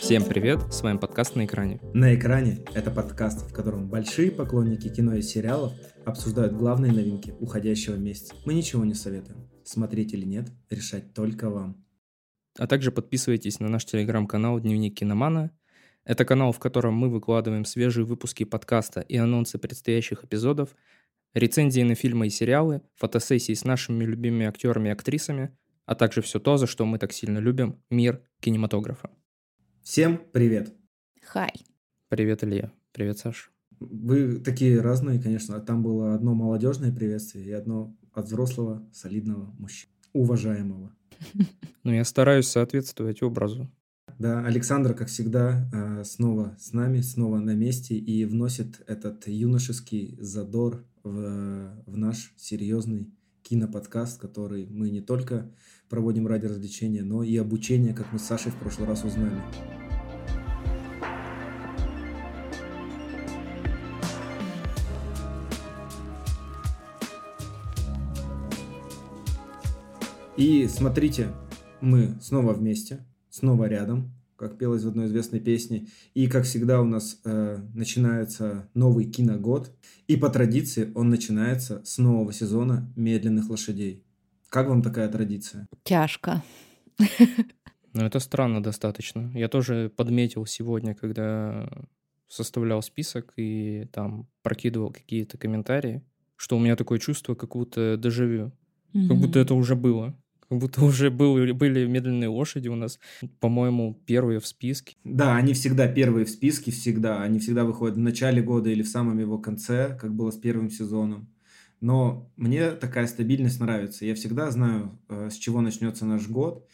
Всем привет, с вами подкаст «На экране». «На экране» — это подкаст, в котором большие поклонники кино и сериалов обсуждают главные новинки уходящего месяца. Мы ничего не советуем. Смотреть или нет, решать только вам. А также подписывайтесь на наш телеграм-канал «Дневник киномана». Это канал, в котором мы выкладываем свежие выпуски подкаста и анонсы предстоящих эпизодов, рецензии на фильмы и сериалы, фотосессии с нашими любимыми актерами и актрисами, а также все то, за что мы так сильно любим – мир кинематографа. Всем привет! Хай. Привет, Илья. Привет, Саша. Вы такие разные, конечно. Там было одно молодежное приветствие и одно от взрослого, солидного мужчины, уважаемого. Ну, я стараюсь соответствовать образу. Да, Александр, как всегда, снова с нами, снова на месте и вносит этот юношеский задор в наш серьезный киноподкаст, который мы не только проводим ради развлечения, но и обучения, как мы с Сашей в прошлый раз узнали. И смотрите, мы снова вместе, снова рядом, как пелось в одной известной песне. И, как всегда, у нас начинается новый киногод. И по традиции он начинается с нового сезона «Медленных лошадей». Как вам такая традиция? Тяжко. Ну, это странно достаточно. Я тоже подметил сегодня, когда составлял список и там прокидывал какие-то комментарии, что у меня такое чувство, как будто дежавю. Как будто это уже было. Как будто уже были «Медленные лошади» у нас, по-моему, первые в списке. Да, они всегда первые в списке, всегда. Они всегда выходят в начале года или в самом его конце, как было с первым сезоном. Но мне такая стабильность нравится. Я всегда знаю, с чего начнется наш год,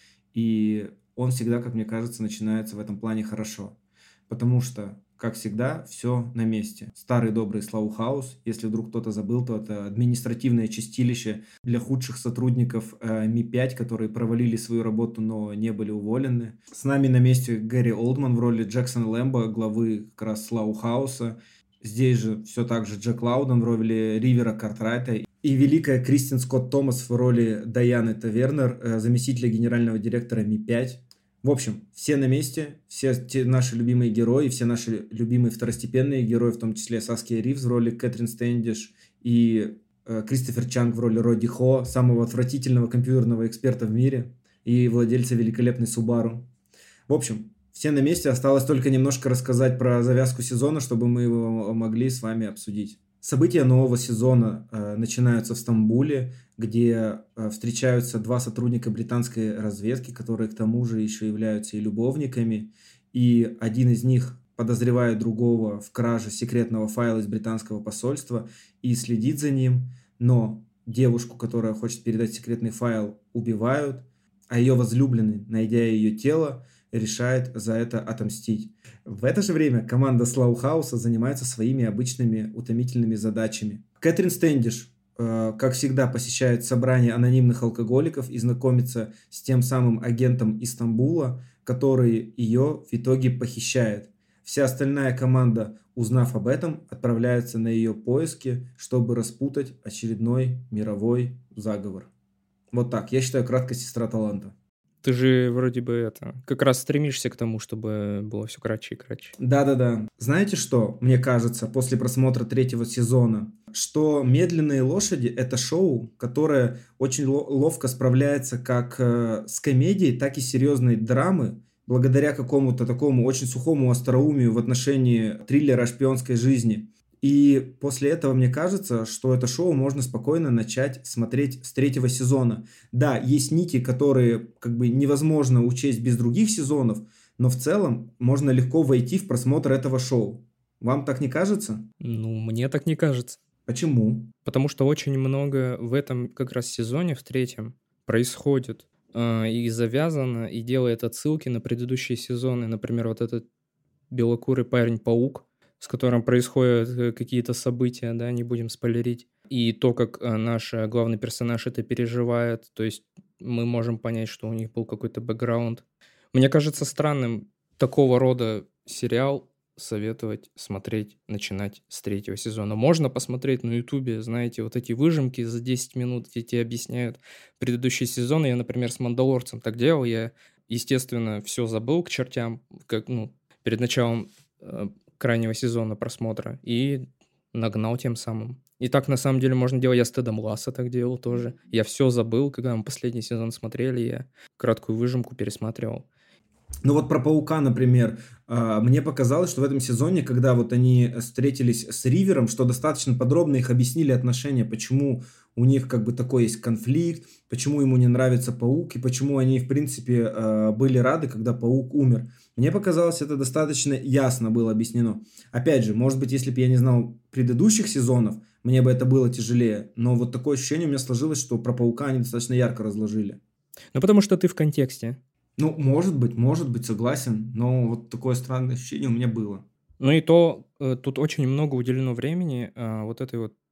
и он всегда, как мне кажется, начинается в этом плане хорошо. Потому что, как всегда, все на месте. Старый добрый Слаухаус, если вдруг кто-то забыл, то это административное чистилище для худших сотрудников Ми-5, которые провалили свою работу, но не были уволены. С нами на месте Гэри Олдман в роли Джексона Лэмбо, главы как раз Слаухауса. Здесь же все так же Джек Лаудон в роли Ривера Картрайта и великая Кристин Скотт Томас в роли Дайаны Тавернер, заместителя генерального директора Ми-5. В общем, все на месте, все наши любимые герои, все наши любимые второстепенные герои, в том числе Саския Ривз в роли Кэтрин Стэндиш и Кристофер Чанг в роли Роди Хо, самого отвратительного компьютерного эксперта в мире и владельца великолепной Subaru. В общем, все на месте, осталось только немножко рассказать про завязку сезона, чтобы мы его могли с вами обсудить. События нового сезона начинаются в Стамбуле, где встречаются два сотрудника британской разведки, которые к тому же еще являются и любовниками, и один из них подозревает другого в краже секретного файла из британского посольства и следит за ним, но девушку, которая хочет передать секретный файл, убивают, а ее возлюбленный, найдя ее тело, решает за это отомстить. В это же время команда Слаухауса занимается своими обычными утомительными задачами. Кэтрин Стэндиш, как всегда, посещает собрание анонимных алкоголиков и знакомится с тем самым агентом из Стамбула, который ее в итоге похищает. Вся остальная команда, узнав об этом, отправляется на ее поиски, чтобы распутать очередной мировой заговор. Вот так. Я считаю, краткость сестра таланта. Ты же вроде бы как раз стремишься к тому, чтобы было все кратче и кратче. Да. Знаете что, мне кажется, после просмотра третьего сезона, что «Медленные лошади» — это шоу, которое очень ловко справляется как с комедией, так и серьезной драмы, благодаря какому-то такому очень сухому остроумию в отношении триллера о шпионской жизни. И после этого мне кажется, что это шоу можно спокойно начать смотреть с третьего сезона. Да, есть нити, которые как бы невозможно учесть без других сезонов, но в целом можно легко войти в просмотр этого шоу. Вам так не кажется? Ну, мне так не кажется. Почему? Потому что очень много в этом как раз сезоне, в третьем, происходит и завязано, и делает отсылки на предыдущие сезоны. Например, вот этот белокурый парень-паук, с которым происходят какие-то события, да, не будем спойлерить. И то, как наш главный персонаж это переживает, то есть мы можем понять, что у них был какой-то бэкграунд. Мне кажется странным такого рода сериал советовать смотреть, начинать с третьего сезона. Можно посмотреть на Ютубе, знаете, вот эти выжимки за 10 минут, где тебе объясняют предыдущие сезоны. Я, например, с «Мандалорцем» так делал. Я естественно, все забыл к чертям, как, перед началом крайнего сезона просмотра и нагнал тем самым. И так, на самом деле, можно делать. Я с Тедом Лассо так делал тоже. Я все забыл, когда мы последний сезон смотрели, я краткую выжимку пересматривал. Ну вот про Паука, например, мне показалось, что в этом сезоне, когда вот они встретились с Ривером, что достаточно подробно их объяснили отношения, почему у них как бы такой есть конфликт, почему ему не нравится Паук, и почему они, в принципе, были рады, когда Паук умер. Мне показалось, это достаточно ясно было объяснено. Опять же, может быть, если бы я не знал предыдущих сезонов, мне бы это было тяжелее, но вот такое ощущение у меня сложилось, что про Паука они достаточно ярко разложили. Ну, потому что ты в контексте. Ну, может быть, согласен, но вот такое странное ощущение у меня было. Ну и то, тут очень много уделено времени вот этой вот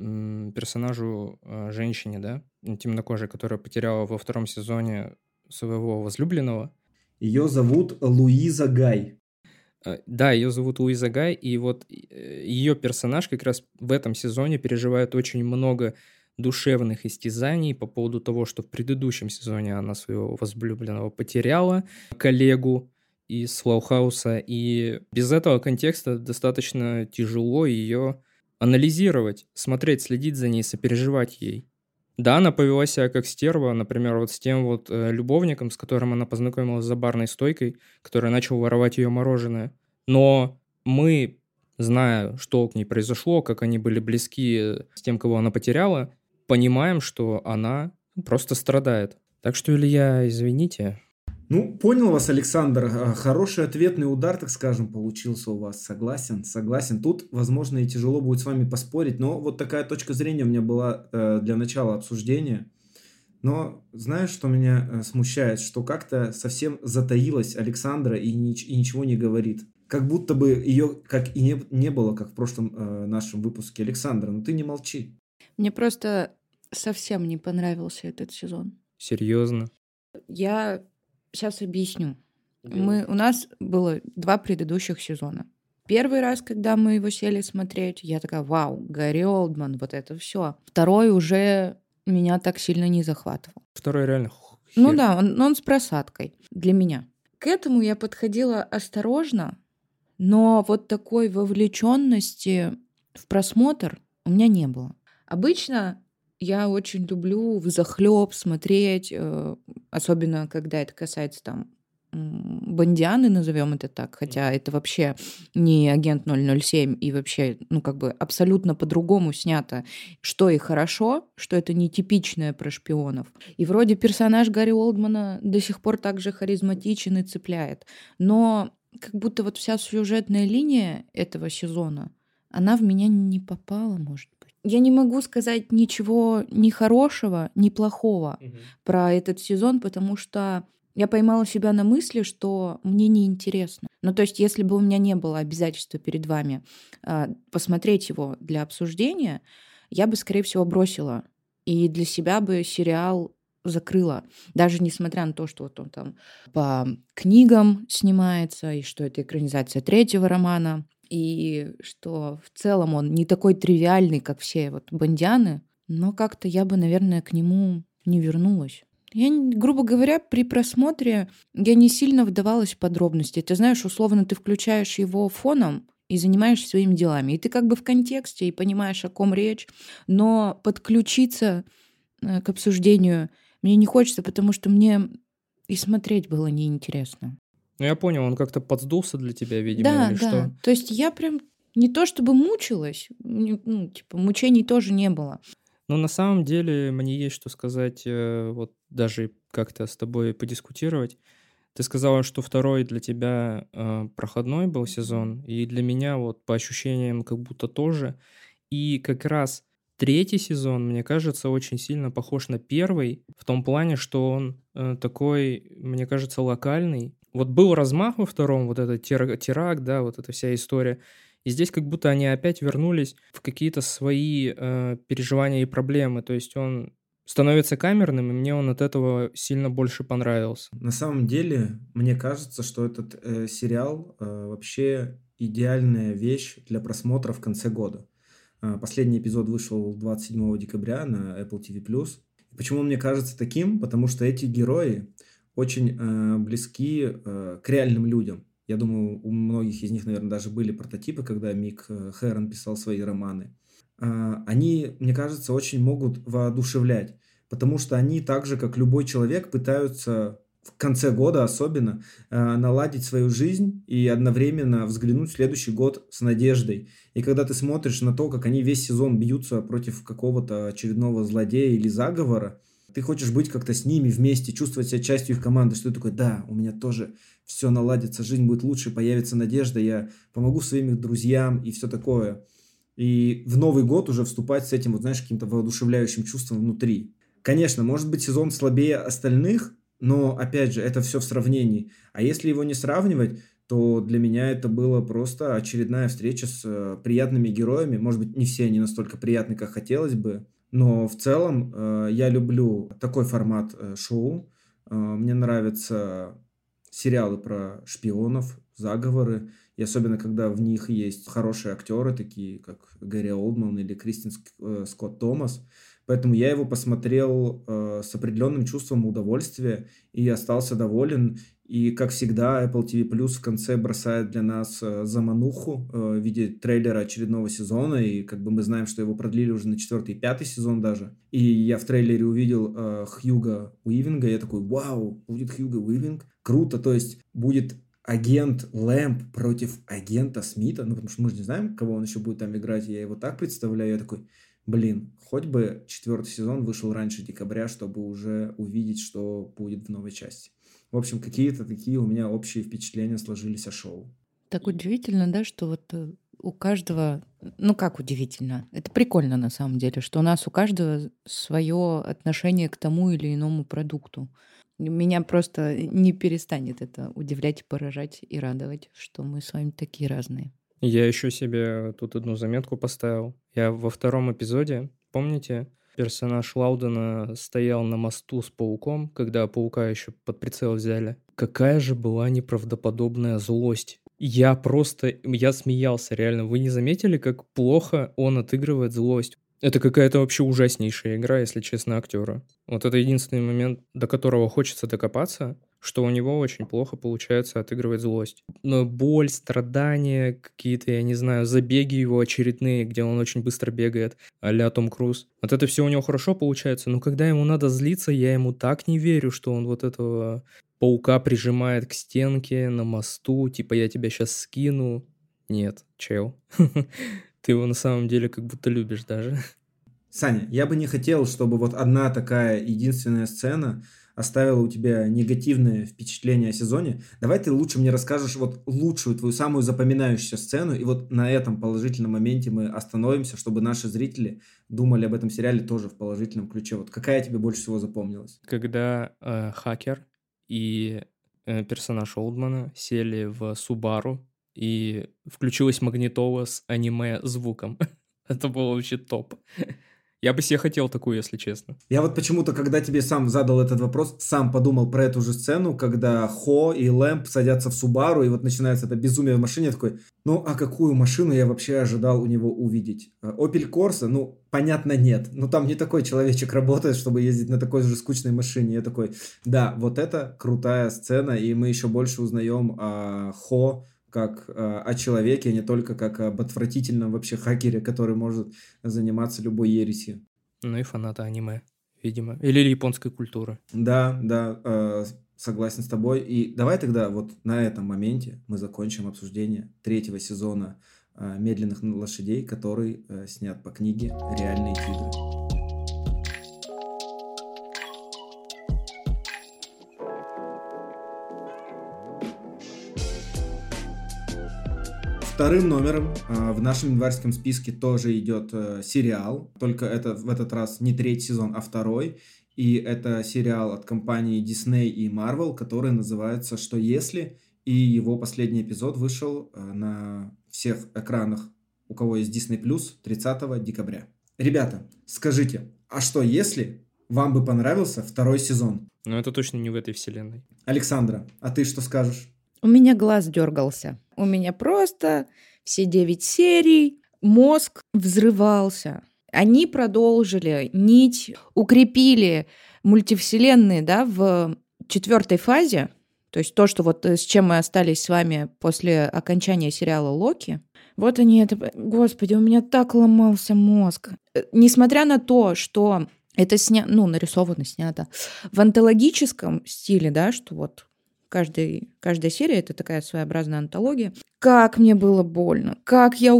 персонажу женщине, да, темнокожей, которая потеряла во втором сезоне своего возлюбленного. Ее зовут Луиза Гай. Да, ее зовут Луиза Гай, и вот ее персонаж как раз в этом сезоне переживает очень много душевных истязаний по поводу того, что в предыдущем сезоне она своего возлюбленного потеряла, коллегу из Слоухауса, и без этого контекста достаточно тяжело ее анализировать, смотреть, следить за ней, сопереживать ей. Да, она повела себя как стерва, например, вот с тем вот любовником, с которым она познакомилась за барной стойкой, который начал воровать ее мороженое. Но мы, зная, что к ней произошло, как они были близки с тем, кого она потеряла, понимаем, что она просто страдает. Так что, Илья, извините. Ну, понял вас, Александр. Хороший ответный удар, так скажем, получился у вас. Согласен, согласен. Тут, возможно, и тяжело будет с вами поспорить, но вот такая точка зрения у меня была для начала обсуждения. Но знаешь, что меня смущает? Что как-то совсем затаилась Александра и ничего не говорит. Как будто бы ее как и не было, как в прошлом нашем выпуске. Александра, ну ты не молчи. Мне просто совсем не понравился этот сезон. Серьезно. Я сейчас объясню. У нас было 2 предыдущих сезона. Первый раз, когда мы его сели смотреть, я такая: вау, Гарри Олдман, вот это все. Второй уже меня так сильно не захватывал. Второй реально Ну хер. да, он с просадкой для меня. К этому я подходила осторожно, но вот такой вовлеченности в просмотр у меня не было. Обычно я очень люблю взахлеб смотреть, особенно когда это касается там Бондианы, назовем это так, хотя это вообще не агент 007 и вообще, ну, как бы абсолютно по-другому снято, что и хорошо, что это не типичное про шпионов. И вроде персонаж Гарри Олдмана до сих пор так же харизматичен и цепляет, но как будто вот вся сюжетная линия этого сезона, она в меня не попала, может быть. Я не могу сказать ничего ни хорошего, ни плохого про этот сезон, потому что я поймала себя на мысли, что мне неинтересно. Ну, то есть, если бы у меня не было обязательства перед вами посмотреть его для обсуждения, я бы, скорее всего, бросила. И для себя бы сериал закрыла. Даже несмотря на то, что вот он там по книгам снимается, и что это экранизация 3-го романа, и что в целом он не такой тривиальный, как все вот Бондианы, но как-то я бы, наверное, к нему не вернулась. Я, грубо говоря, при просмотре я не сильно вдавалась в подробности. Ты знаешь, условно, ты включаешь его фоном и занимаешься своими делами. И ты как бы в контексте и понимаешь, о ком речь. Но подключиться к обсуждению мне не хочется, потому что мне и смотреть было неинтересно. Ну, я понял, он как-то подсдулся для тебя, видимо, Да, или да. что? То есть я прям не то чтобы мучилась, ну, типа, мучений тоже не было. Ну, на самом деле, мне есть что сказать, вот даже как-то с тобой подискутировать. Ты сказала, что второй для тебя проходной был сезон, и для меня вот по ощущениям как будто тоже. И как раз третий сезон, мне кажется, очень сильно похож на первый, в том плане, что он такой, мне кажется, локальный. Вот был размах во втором, вот этот теракт, да, вот эта вся история. И здесь как будто они опять вернулись в какие-то свои переживания и проблемы. То есть он становится камерным, и мне он от этого сильно больше понравился. На самом деле, мне кажется, что этот сериал вообще идеальная вещь для просмотра в конце года. Последний эпизод вышел 27 декабря на Apple TV+. Почему он мне кажется таким? Потому что эти герои очень близки к реальным людям. Я думаю, у многих из них, наверное, даже были прототипы, когда Мик Хэрон писал свои романы. Они, мне кажется, очень могут воодушевлять, потому что они так же, как любой человек, пытаются в конце года особенно наладить свою жизнь и одновременно взглянуть в следующий год с надеждой. И когда ты смотришь на то, как они весь сезон бьются против какого-то очередного злодея или заговора, ты хочешь быть как-то с ними вместе, чувствовать себя частью их команды, что ты такой, да, у меня тоже все наладится, жизнь будет лучше, появится надежда, я помогу своим друзьям и все такое. И в Новый год уже вступать с этим, вот знаешь, каким-то воодушевляющим чувством внутри. Конечно, может быть, сезон слабее остальных, но, опять же, это все в сравнении. А если его не сравнивать, то для меня это было просто очередная встреча с приятными героями. Может быть, не все они настолько приятны, как хотелось бы, но в целом я люблю такой формат шоу. Мне нравятся сериалы про шпионов, заговоры, и особенно когда в них есть хорошие актеры, такие как Гэри Олдман или Кристин Скотт Томас. Поэтому я его посмотрел с определенным чувством удовольствия и остался доволен. И, как всегда, Apple TV Plus в конце бросает для нас замануху в виде трейлера очередного сезона. И как бы мы знаем, что его продлили уже на 4-й и 5-й сезон даже. И я в трейлере увидел Хьюга Уивинга. И я такой, вау, будет Хьюга Уивинг? Круто, то есть будет агент Лэмп против агента Смита. Ну, потому что мы же не знаем, кого он еще будет там играть. Я его так представляю. Я такой, блин, хоть бы 4-й сезон вышел раньше декабря, чтобы уже увидеть, что будет в новой части. В общем, какие-то такие у меня общие впечатления сложились о шоу. Так удивительно, да, что вот у каждого, ну как удивительно, это прикольно на самом деле, что у нас у каждого свое отношение к тому или иному продукту. Меня просто не перестанет это удивлять, поражать и радовать, что мы с вами такие разные. Я еще себе тут одну заметку поставил. Я во 2-м эпизоде, помните, персонаж Лаудена стоял на мосту с пауком, когда паука еще под прицел взяли. Какая же была неправдоподобная злость. Я смеялся, реально. Вы не заметили, как плохо он отыгрывает злость? Это какая-то вообще ужаснейшая игра, если честно, актера. Вот это единственный момент, до которого хочется докопаться, что у него очень плохо получается отыгрывать злость. Но боль, страдания, какие-то, я не знаю, забеги его очередные, где он очень быстро бегает, а-ля Том Круз. Вот это все у него хорошо получается, но когда ему надо злиться, я ему так не верю, что он вот этого паука прижимает к стенке на мосту, типа я тебя сейчас скину. Нет, чел. Ты его на самом деле как будто любишь даже. Саня, я бы не хотел, чтобы вот одна такая единственная сцена оставила у тебя негативное впечатление о сезоне. Давай ты лучше мне расскажешь вот лучшую, твою самую запоминающуюся сцену, и вот на этом положительном моменте мы остановимся, чтобы наши зрители думали об этом сериале тоже в положительном ключе. Вот какая тебе больше всего запомнилась? Когда хакер и персонаж Олдмана сели в Субару, и включилась магнитола с аниме-звуком. Это было вообще топ. Я бы себе хотел такую, если честно. Я вот почему-то, когда тебе сам задал этот вопрос, сам подумал про эту же сцену, когда Хо и Лэмп садятся в Субару, и вот начинается это безумие в машине. Я такой, ну а какую машину я вообще ожидал у него увидеть? Opel Corsa? Ну, понятно, нет. Но там не такой человечек работает, чтобы ездить на такой же скучной машине. Я такой, да, вот это крутая сцена, и мы еще больше узнаем о Хо, как о человеке, а не только как об отвратительном вообще хакере, который может заниматься любой ересью. Ну и фаната аниме, видимо. Или японской культуры. Да, согласен с тобой. И давай тогда вот на этом моменте мы закончим обсуждение 3-го сезона «Медленных лошадей», который снят по книге «Реальные тигры». Вторым номером в нашем январском списке тоже идет сериал, только это в этот раз не 3-й сезон, а 2-й. И это сериал от компании Disney и Marvel, который называется «Что если?». И его последний эпизод вышел на всех экранах, у кого есть Disney+, 30 декабря. Ребята, скажите, а что если вам бы понравился 2-й сезон? Но это точно не в этой вселенной. Александра, а ты что скажешь? У меня глаз дергался. У меня просто все 9 серий, мозг взрывался. Они продолжили нить, укрепили мультивселенные, да, в 4 фазе, то есть то, что вот с чем мы остались с вами после окончания сериала «Локи», вот они это... Господи, у меня так ломался мозг. Несмотря на то, что это нарисовано, снято в антологическом стиле, да, что вот каждая серия — это такая своеобразная антология. Как мне было больно, как я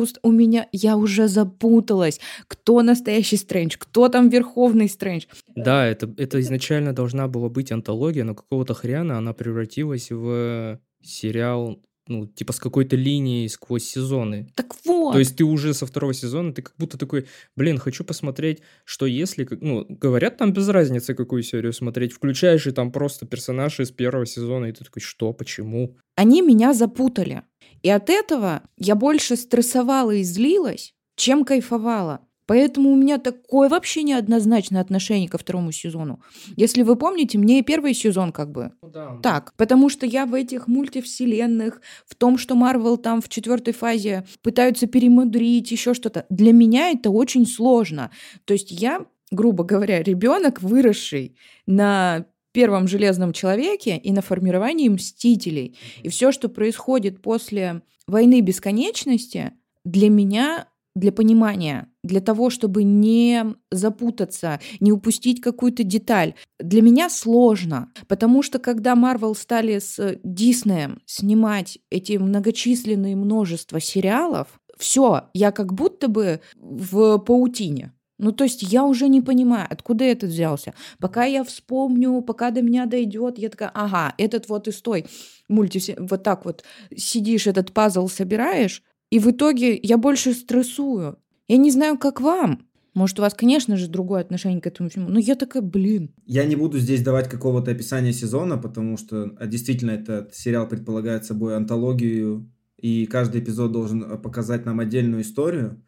уже запуталась, кто настоящий Стрэндж, кто там Верховный Стрэндж. Да, это изначально должна была быть антология, но какого-то хрена она превратилась в сериал, типа с какой-то линией сквозь сезоны. Так вот. То есть ты уже со 2 сезона, ты как будто такой, хочу посмотреть, что если... говорят, там без разницы, какую серию смотреть. Включаешь, и там просто персонажи из 1 сезона, и ты такой, что, почему? Они меня запутали. И от этого я больше стрессовала и злилась, чем кайфовала. Поэтому у меня такое вообще неоднозначное отношение ко 2 сезону. Если вы помните, мне и 1 сезон так, потому что я в этих мультивселенных, в том, что Марвел там в 4 фазе пытаются перемудрить, еще что-то. Для меня это очень сложно. То есть я, грубо говоря, ребенок, выросший на 1 Железном Человеке и на формировании Мстителей. И все, что происходит после Войны Бесконечности, для меня, для понимания, для того, чтобы не запутаться, не упустить какую-то деталь, для меня сложно. Потому что когда Марвел стали с Диснеем снимать эти многочисленные множество сериалов, все, я как будто бы в паутине. То есть я уже не понимаю, откуда этот взялся. Пока я вспомню, пока до меня дойдет, я такая, ага, этот вот из той вот так вот сидишь, этот пазл собираешь, и в итоге я больше стрессую. Я не знаю, как вам. Может, у вас, конечно же, другое отношение к этому всему, но я такая, Я не буду здесь давать какого-то описания сезона, потому что действительно этот сериал предполагает собой антологию, и каждый эпизод должен показать нам отдельную историю.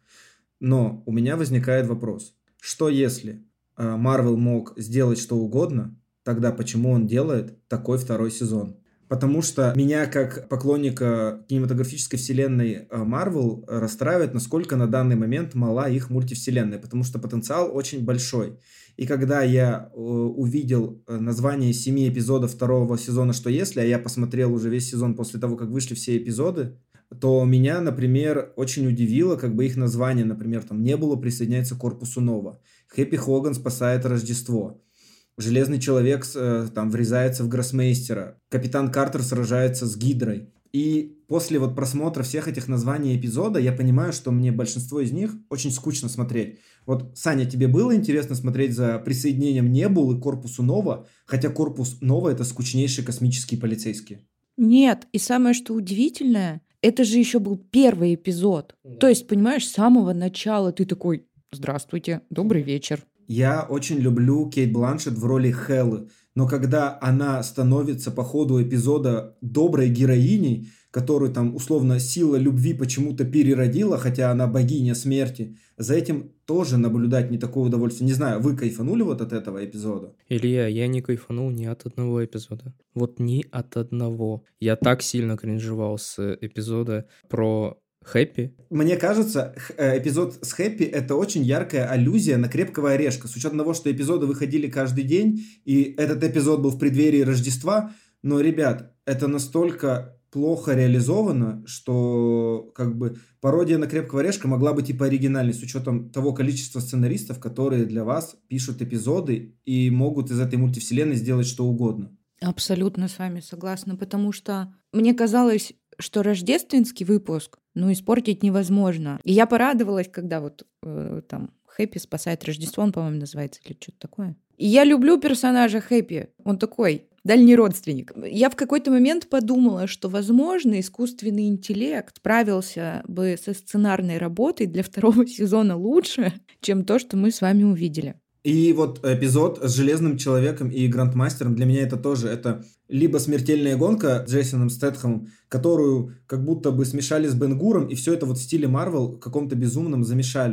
Но у меня возникает вопрос, что если Марвел мог сделать что угодно, тогда почему он делает такой 2 сезон? Потому что меня, как поклонника кинематографической вселенной Марвел, расстраивает, насколько на данный момент мала их мультивселенная, потому что потенциал очень большой. И когда я увидел название 7 эпизодов 2 сезона «Что если?», а я посмотрел уже весь сезон после того, как вышли все эпизоды, то меня, например, очень удивило их название. Например, там Небула присоединяется к Корпусу Нова, Хэппи Хоган спасает Рождество, Железный Человек там врезается в Гроссмейстера, Капитан Картер сражается с Гидрой. И после просмотра всех этих названий эпизода я понимаю, что мне большинство из них очень скучно смотреть. Саня, тебе было интересно смотреть за присоединением Небулы к Корпусу Нова, хотя Корпус Нова — это скучнейшие космические полицейские? Нет, и самое, что удивительное, это же еще был 1 эпизод. То есть, понимаешь, с самого начала ты такой, здравствуйте, добрый вечер. Я очень люблю Кейт Бланшетт в роли Хеллы, но когда она становится по ходу эпизода доброй героиней, которую там условно сила любви почему-то переродила, хотя она богиня смерти, за этим тоже наблюдать не такое удовольствие. Не знаю, вы кайфанули от этого эпизода? Илья, я не кайфанул ни от одного эпизода. Ни от одного. Я так сильно кринжевал с эпизода про Хэппи. Мне кажется, эпизод с Хэппи — это очень яркая аллюзия на «Крепкого орешка». С учетом того, что эпизоды выходили каждый день, и этот эпизод был в преддверии Рождества. Но, ребят, это настолько плохо реализовано, что пародия на «Крепкого орешка» могла быть оригинальной, с учетом того количества сценаристов, которые для вас пишут эпизоды и могут из этой мультивселенной сделать что угодно. Абсолютно с вами согласна, потому что мне казалось, что рождественский выпуск, испортить невозможно. И я порадовалась, когда там Хэппи спасает Рождество, он, по-моему, называется, или что-то такое. И я люблю персонажа Хэппи, он такой дальний родственник. Я в какой-то момент подумала, что, возможно, искусственный интеллект справился бы со сценарной работой для 2 сезона лучше, чем то, что мы с вами увидели. И эпизод с Железным Человеком и Грандмастером для меня это либо смертельная гонка с Джейсоном Стэтхэмом, которую как будто бы смешали с Бен Гуром, и все это в стиле Марвел каком-то безумном замешали.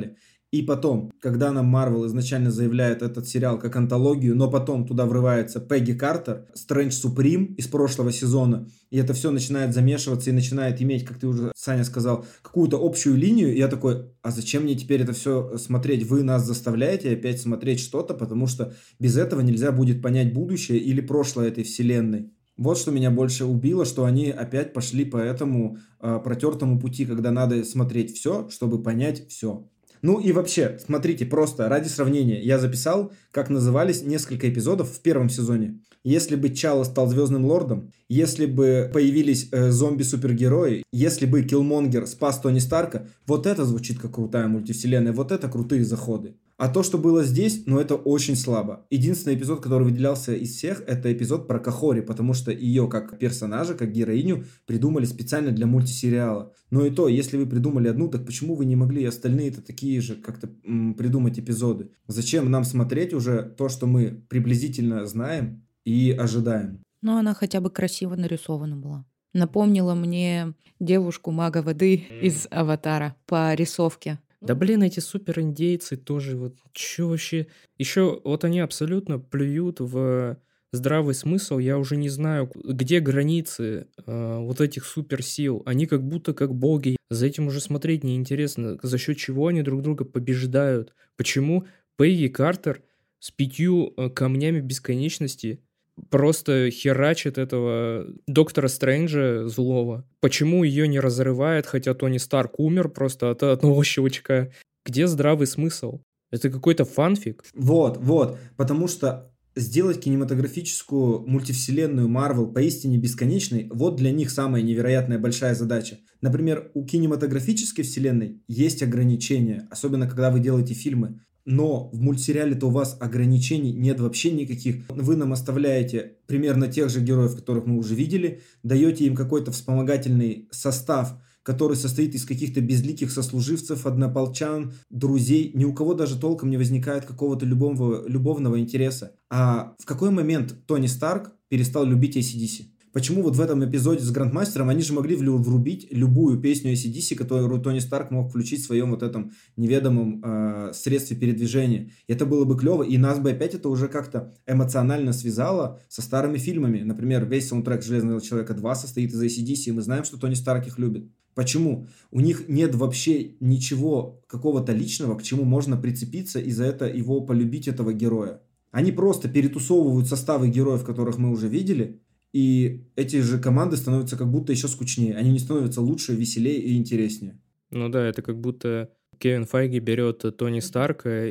И потом, когда нам Marvel изначально заявляет этот сериал как антологию, но потом туда врывается Пегги Картер, Стрэндж Суприм из прошлого сезона, и это все начинает замешиваться и начинает иметь, как ты уже, Саня, сказал, какую-то общую линию, и я такой, а зачем мне теперь это все смотреть? Вы нас заставляете опять смотреть что-то, потому что без этого нельзя будет понять будущее или прошлое этой вселенной. Вот что меня больше убило, что они опять пошли по этому протертому пути, когда надо смотреть все, чтобы понять все. Ну и вообще, смотрите, просто ради сравнения, я записал, как назывались несколько эпизодов в первом сезоне. Если бы Чало стал Звездным Лордом, если бы появились зомби-супергерои, если бы Киллмонгер спас Тони Старка, вот это звучит как крутая мультивселенная, вот это крутые заходы. А то, что было здесь, ну это очень слабо. Единственный эпизод, который выделялся из всех, это эпизод про Кахори, потому что ее как персонажа, как героиню придумали специально для мультисериала. Но и то, если вы придумали одну, так почему вы не могли остальные-то такие же как-то придумать эпизоды? Зачем нам смотреть уже то, что мы приблизительно знаем и ожидаем? Но она хотя бы красиво нарисована была. Напомнила мне девушку-мага воды из «Аватара» по рисовке. Да блин, эти супер-индейцы тоже вот, чё вообще? Еще вот они абсолютно плюют в здравый смысл, я уже не знаю, где границы вот этих суперсил. Они как будто как боги. За этим уже смотреть неинтересно, за счет чего они друг друга побеждают. Почему Пегги Картер с 5 камнями бесконечности просто херачит этого доктора Стрэнджа злого. Почему ее не разрывает, хотя Тони Старк умер просто от одного щелчка? Где здравый смысл? Это какой-то фанфик? Вот, потому что сделать кинематографическую мультивселенную Marvel поистине бесконечной, вот для них самая невероятная большая задача. Например, у кинематографической вселенной есть ограничения, особенно когда вы делаете фильмы. Но в мультсериале-то у вас ограничений нет вообще никаких. Вы нам оставляете примерно тех же героев, которых мы уже видели, даете им какой-то вспомогательный состав, который состоит из каких-то безликих сослуживцев, однополчан, друзей. Ни у кого даже толком не возникает какого-то любовного интереса. А в какой момент Тони Старк перестал любить AC/DC? Почему вот в этом эпизоде с Грандмастером они же могли врубить любую песню AC/DC, которую Тони Старк мог включить в своем вот этом неведомом средстве передвижения. И это было бы клево, и нас бы опять это уже как-то эмоционально связало со старыми фильмами. Например, весь саундтрек «Железного человека 2» состоит из AC/DC, и мы знаем, что Тони Старк их любит. Почему? У них нет вообще ничего какого-то личного, к чему можно прицепиться и за это его полюбить, этого героя. Они просто перетусовывают составы героев, которых мы уже видели, и эти же команды становятся как будто еще скучнее. Они не становятся лучше, веселее и интереснее. Ну да, это как будто Кевин Файги берет Тони Старка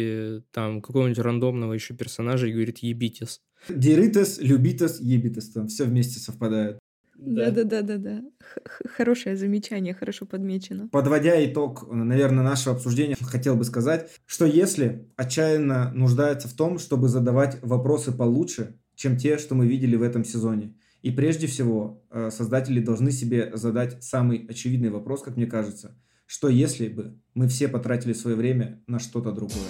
и там какого-нибудь рандомного еще персонажа и говорит «ебитесь». Деритес, любитес, ебитес. Там все вместе совпадает. Да. Хорошее замечание, хорошо подмечено. Подводя итог, наверное, нашего обсуждения, хотел бы сказать, что если отчаянно нуждается в том, чтобы задавать вопросы получше, чем те, что мы видели в этом сезоне. И прежде всего, создатели должны себе задать самый очевидный вопрос, как мне кажется, что если бы мы все потратили свое время на что-то другое?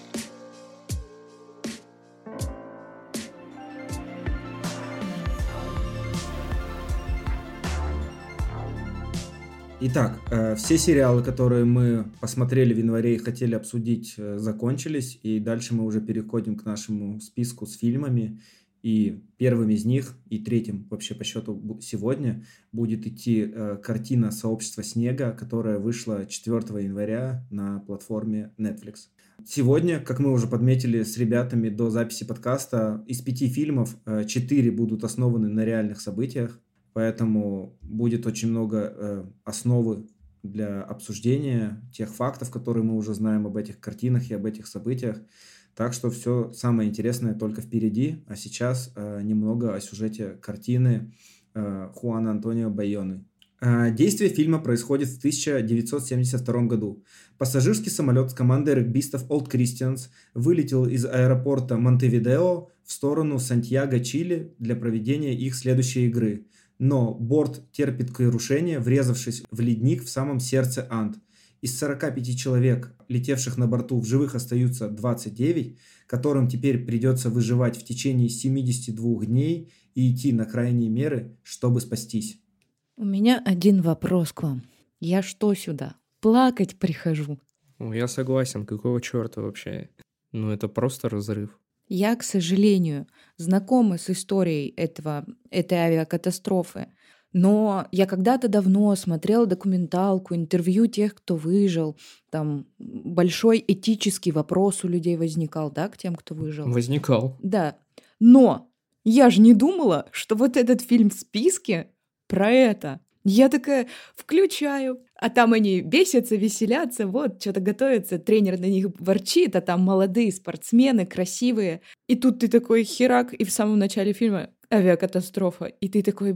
Итак, все сериалы, которые мы посмотрели в январе и хотели обсудить, закончились, и дальше мы уже переходим к нашему списку с фильмами. И первым из них, и третьим вообще по счету сегодня, будет идти картина «Сообщество снега», которая вышла 4 января на платформе Netflix. Сегодня, как мы уже подметили с ребятами до записи подкаста, из 5 фильмов 4 будут основаны на реальных событиях, поэтому будет очень много основы для обсуждения тех фактов, которые мы уже знаем об этих картинах и об этих событиях. Так что все самое интересное только впереди, а сейчас немного о сюжете картины Хуана Антонио Байоны. Действие фильма происходит в 1972 году. Пассажирский самолет с командой регбистов Old Christians вылетел из аэропорта Монтевидео в сторону Сантьяго, Чили для проведения их следующей игры. Но борт терпит крушение, врезавшись в ледник в самом сердце Анд. Из 45 человек, летевших на борту, в живых остаются 29, которым теперь придется выживать в течение 72 дней и идти на крайние меры, чтобы спастись. У меня один вопрос к вам. Я что сюда? Плакать прихожу? Я согласен, какого черта вообще? Ну, это просто разрыв. Я, к сожалению, знакома с историей этой авиакатастрофы, но я когда-то давно смотрела документалку, интервью тех, кто выжил. Там большой этический вопрос у людей возникал, да, к тем, кто выжил. Возникал. Да. Но я же не думала, что вот этот фильм в списке про это. Я такая включаю, а там они бесятся, веселятся, вот, что-то готовятся, тренер на них ворчит, а там молодые спортсмены, красивые. И тут ты такой херак, и в самом начале фильма авиакатастрофа, и ты такой,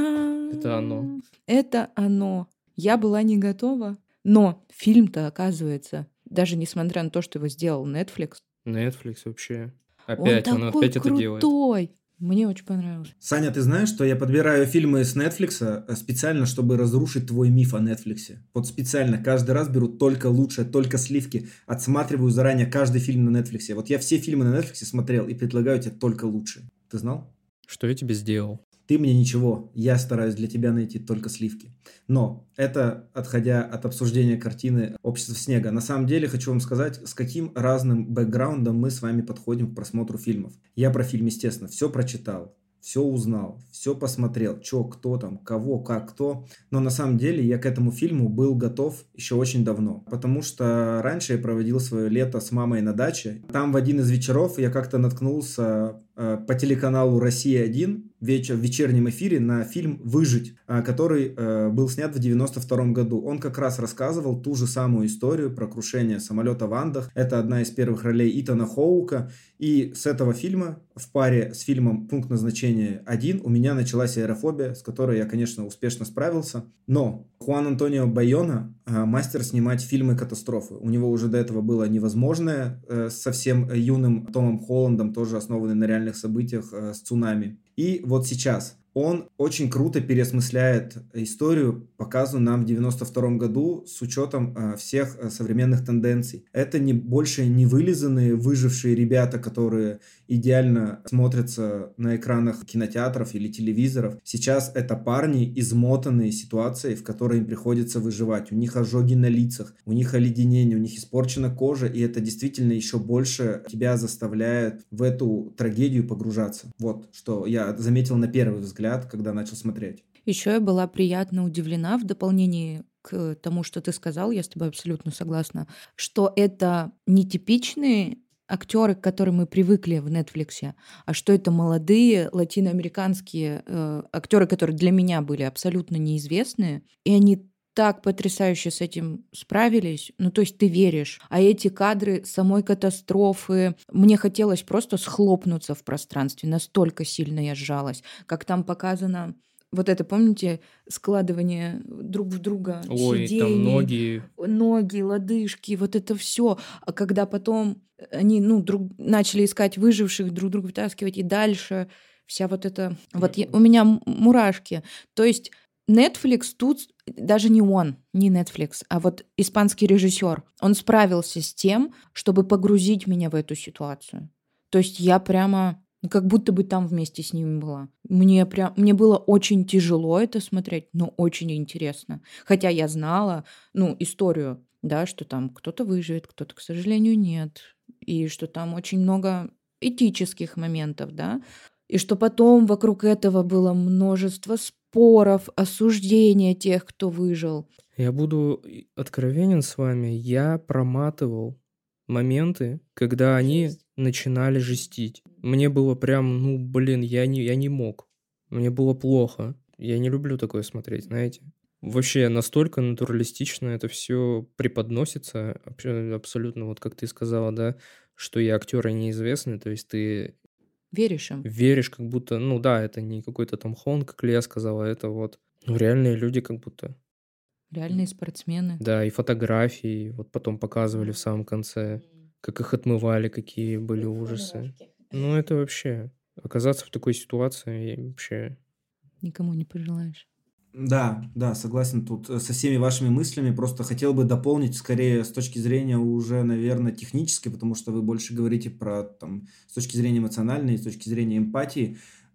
Это оно. это оно. Я была не готова, но фильм-то, оказывается, даже несмотря на то, что его сделал Netflix, Netflix вообще. он Опять, он такой опять это делает. крутой. Мне очень понравилось. Саня, ты знаешь, что я подбираю фильмы с Netflix специально, чтобы разрушить твой миф о Netflix? Вот специально каждый раз беру только лучшее, только сливки, отсматриваю заранее каждый фильм на Netflix. Вот я все фильмы на Netflix смотрел и предлагаю тебе только лучшие. Ты знал? Что я тебе сделал? Ты мне ничего, я стараюсь для тебя найти только сливки. Но это отходя от обсуждения картины «Общество снега». На самом деле хочу вам сказать, с каким разным бэкграундом мы с вами подходим к просмотру фильмов. Я про фильм, естественно, все прочитал, все узнал, все посмотрел, что, кто там, кого, как, кто. Но на самом деле я к этому фильму был готов еще очень давно, потому что раньше я проводил свое лето с мамой на даче. Там в один из вечеров я как-то наткнулся по телеканалу «Россия-1» в вечернем эфире на фильм «Выжить», который был снят в 92 году. Он как раз рассказывал ту же самую историю про крушение самолета в Андах. Это одна из первых ролей Итана Хоука. И с этого фильма в паре с фильмом «Пункт назначения 1» у меня началась аэрофобия, с которой я, конечно, успешно справился. Но Хуан Антонио Байона мастер снимать фильмы-катастрофы. У него уже до этого было «Невозможное» с совсем юным Томом Холландом, тоже основанный на реальных событиях с цунами. И вот сейчас он очень круто переосмысляет историю, показанную нам в 92 году с учетом всех современных тенденций. Это больше не вылизанные, выжившие ребята, которые идеально смотрятся на экранах кинотеатров или телевизоров. Сейчас это парни, измотанные ситуацией, в которой им приходится выживать. У них ожоги на лицах, у них оледенение, у них испорчена кожа, и это действительно еще больше тебя заставляет в эту трагедию погружаться. Вот что я заметил на первый взгляд, когда начал смотреть. Еще я была приятно удивлена в дополнении к тому, что ты сказал, я с тобой абсолютно согласна, что это нетипичные актеры, к которым мы привыкли в Netflix, а что это молодые латиноамериканские актеры, которые для меня были абсолютно неизвестные, и они так потрясающе с этим справились. Ну, то есть ты веришь. А эти кадры самой катастрофы, мне хотелось просто схлопнуться в пространстве. Настолько сильно я сжалась. Как там показано, вот это, помните, складывание друг в друга Ой, там сидений, ноги, лодыжки, вот это все. А когда потом они начали искать выживших, друг друга вытаскивать, и дальше вся вот эта... Вот у меня мурашки. То есть Netflix тут, даже не он, не Netflix, а вот испанский режиссер, он справился с тем, чтобы погрузить меня в эту ситуацию. То есть я прямо, как будто бы там вместе с ними была. Мне было очень тяжело это смотреть, но очень интересно. Хотя я знала, историю, да, что там кто-то выживет, кто-то, к сожалению, нет. И что там очень много этических моментов, да. И что потом вокруг этого было множество споров, осуждения тех, кто выжил. Я буду откровенен с вами. Я проматывал моменты, когда они начинали жестить. Мне было прям, я не мог. Мне было плохо. Я не люблю такое смотреть, знаете. Вообще настолько натуралистично это все преподносится, абсолютно, вот как ты сказала, да, что и актеры неизвестны, то есть ты Веришь им? веришь, как будто, это не какой-то Том Холланд, как Лея сказала, это вот реальные люди как будто. Реальные спортсмены. Да, и фотографии вот потом показывали в самом конце, как их отмывали, какие были ужасы. Это вообще оказаться в такой ситуации вообще. Никому не пожелаешь. Да, согласен тут со всеми вашими мыслями. Просто хотел бы дополнить скорее с точки зрения уже, наверное, технической, потому что вы больше говорите про с точки зрения эмоциональной, с точки зрения эмпатии.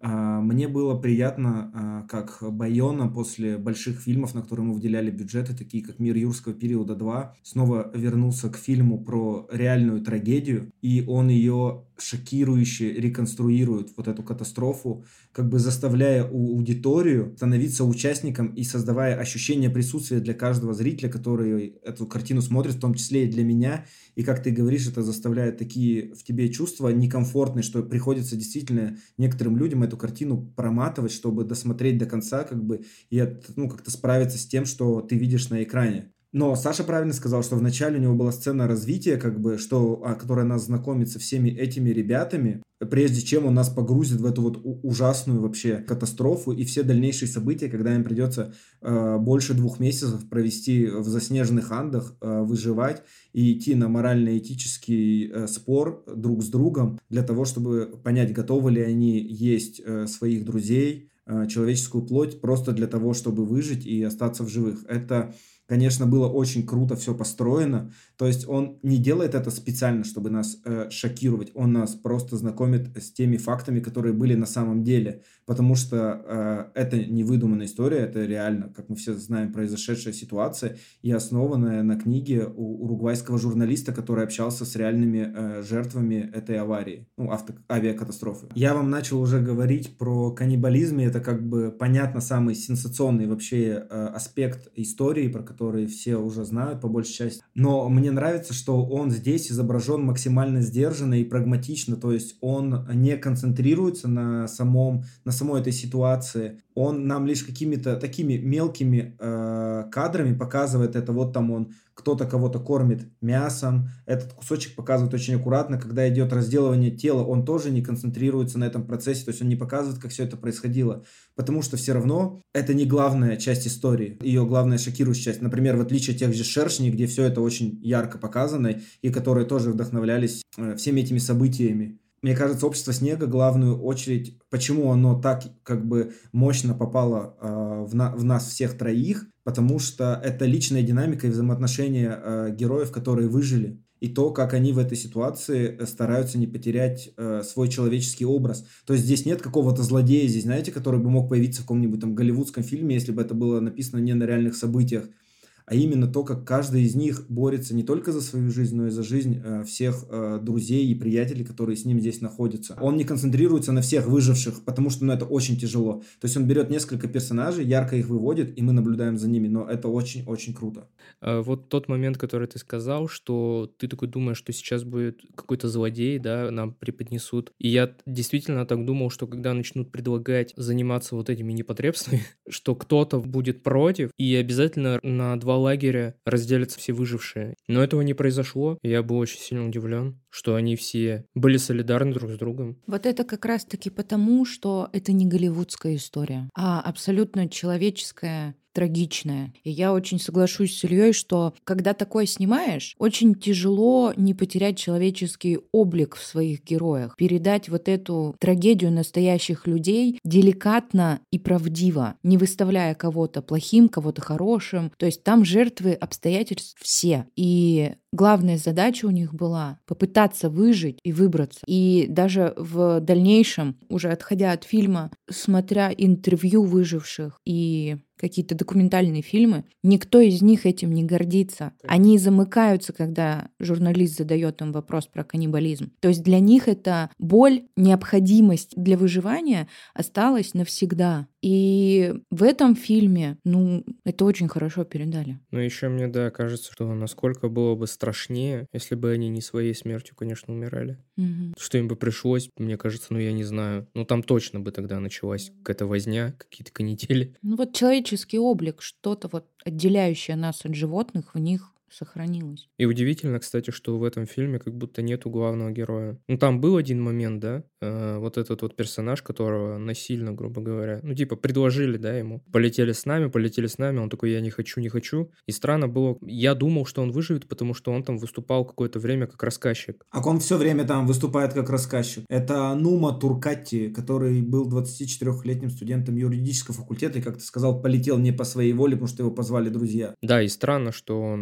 Мне было приятно, как Байона после больших фильмов, на которые ему выделяли бюджеты, такие как «Мир юрского периода 2», снова вернулся к фильму про реальную трагедию, и он ее шокирующе реконструирует, вот эту катастрофу, как бы заставляя аудиторию становиться участником и создавая ощущение присутствия для каждого зрителя, который эту картину смотрит, в том числе и для меня. И, как ты говоришь, это заставляет такие в тебе чувства некомфортные, что приходится действительно некоторым людям эту картину проматывать, чтобы досмотреть до конца, как бы, и как-то справиться с тем, что ты видишь на экране. Но Саша правильно сказал, что вначале у него была сцена развития, как бы, которая нас знакомит со всеми этими ребятами, прежде чем он нас погрузит в эту вот ужасную вообще катастрофу и все дальнейшие события, когда им придется больше 2 месяцев провести в заснеженных Андах, выживать и идти на морально-этический спор друг с другом для того, чтобы понять, готовы ли они есть своих друзей, человеческую плоть, просто для того, чтобы выжить и остаться в живых. Это, конечно, было очень круто все построено. То есть он не делает это специально, чтобы нас шокировать. Он нас просто знакомит с теми фактами, которые были на самом деле. Потому что это не выдуманная история, это реально, как мы все знаем, произошедшая ситуация и основанная на книге уругвайского журналиста, который общался с реальными жертвами этой аварии, авиакатастрофы. Я вам начал уже говорить про каннибализм, и это как бы понятно самый сенсационный вообще аспект истории, про который все уже знают по большей части. Но мне нравится, что он здесь изображен максимально сдержанно и прагматично, то есть он не концентрируется на самой этой ситуации, он нам лишь какими-то такими мелкими кадрами показывает это, вот там он, кто-то кого-то кормит мясом, этот кусочек показывает очень аккуратно, когда идет разделывание тела, он тоже не концентрируется на этом процессе, то есть он не показывает, как все это происходило, потому что все равно это не главная часть истории, ее главная шокирующая часть, например, в отличие от тех же «Шершней», где все это очень ярко показано, и которые тоже вдохновлялись всеми этими событиями. Мне кажется, «Общество снега» главную очередь, почему оно так как бы мощно попало в нас всех троих, потому что это личная динамика и взаимоотношения героев, которые выжили. И то, как они в этой ситуации стараются не потерять свой человеческий образ. То есть здесь нет какого-то злодея, здесь, знаете, который бы мог появиться в каком-нибудь там голливудском фильме, если бы это было написано не на реальных событиях, а именно то, как каждый из них борется не только за свою жизнь, но и за жизнь всех друзей и приятелей, которые с ним здесь находятся. Он не концентрируется на всех выживших, потому что это очень тяжело. То есть он берет несколько персонажей, ярко их выводит, и мы наблюдаем за ними, но это очень-очень круто. Вот тот момент, который ты сказал, что ты такой думаешь, что сейчас будет какой-то злодей, да, нам преподнесут. И я действительно так думал, что когда начнут предлагать заниматься вот этими непотребствами, что кто-то будет против, и обязательно на 2 лагеря разделятся все выжившие. Но этого не произошло. Я был очень сильно удивлен, что они все были солидарны друг с другом. Вот это как раз-таки потому, что это не голливудская история, а абсолютно человеческая, трагичная. И я очень соглашусь с Ильей, что когда такое снимаешь, очень тяжело не потерять человеческий облик в своих героях, передать вот эту трагедию настоящих людей деликатно и правдиво, не выставляя кого-то плохим, кого-то хорошим. То есть там жертвы обстоятельств все. И главная задача у них была попытаться выжить и выбраться. И даже в дальнейшем, уже отходя от фильма, смотря интервью выживших и какие-то документальные фильмы, никто из них этим не гордится. Они замыкаются, когда журналист задает им вопрос про каннибализм. То есть для них эта боль, необходимость для выживания осталась навсегда. И в этом фильме, это очень хорошо передали. Но еще мне, кажется, что насколько было бы страшнее, если бы они не своей смертью, конечно, умирали. Угу. Что им бы пришлось, мне кажется, я не знаю. Там точно бы тогда началась какая-то возня, какие-то канители. Человеческий облик, что-то отделяющее нас от животных в них сохранилось. И удивительно, кстати, что в этом фильме как будто нету главного героя. Там был один момент, да, вот этот вот персонаж, которого насильно, грубо говоря, предложили, да, ему. Полетели с нами, он такой, я не хочу. И странно было, я думал, что он выживет, потому что он там выступал какое-то время как рассказчик. А он все время там выступает как рассказчик. Это Нума Туркатти, который был 24-летним студентом юридического факультета и, как ты сказал, полетел не по своей воле, потому что его позвали друзья. Да, и странно, что он в итоге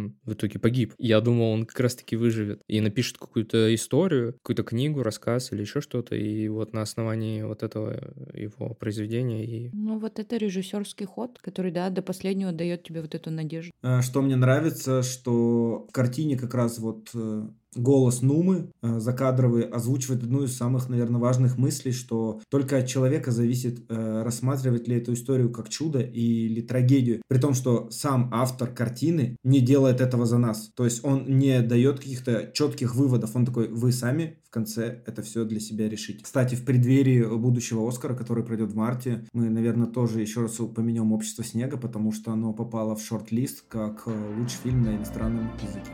итоге погиб. Я думал, он как раз-таки выживет и напишет какую-то историю, какую-то книгу, рассказ или еще что-то, и вот на основании вот этого его произведения и... Ну, вот это режиссерский ход, который, да, до последнего дает тебе вот эту надежду. Что мне нравится, что в картине как раз вот голос Нумы закадровый озвучивает одну из самых, наверное, важных мыслей, что только от человека зависит, рассматривать ли эту историю как чудо или трагедию. При том, что сам автор картины не делает этого за нас. То есть он не дает каких-то четких выводов. Он такой: вы сами в конце это все для себя решите. Кстати, в преддверии будущего Оскара, который пройдет в марте, мы, наверное, тоже еще раз упомянем «Общество снега», потому что оно попало в шорт-лист как лучший фильм на иностранном языке.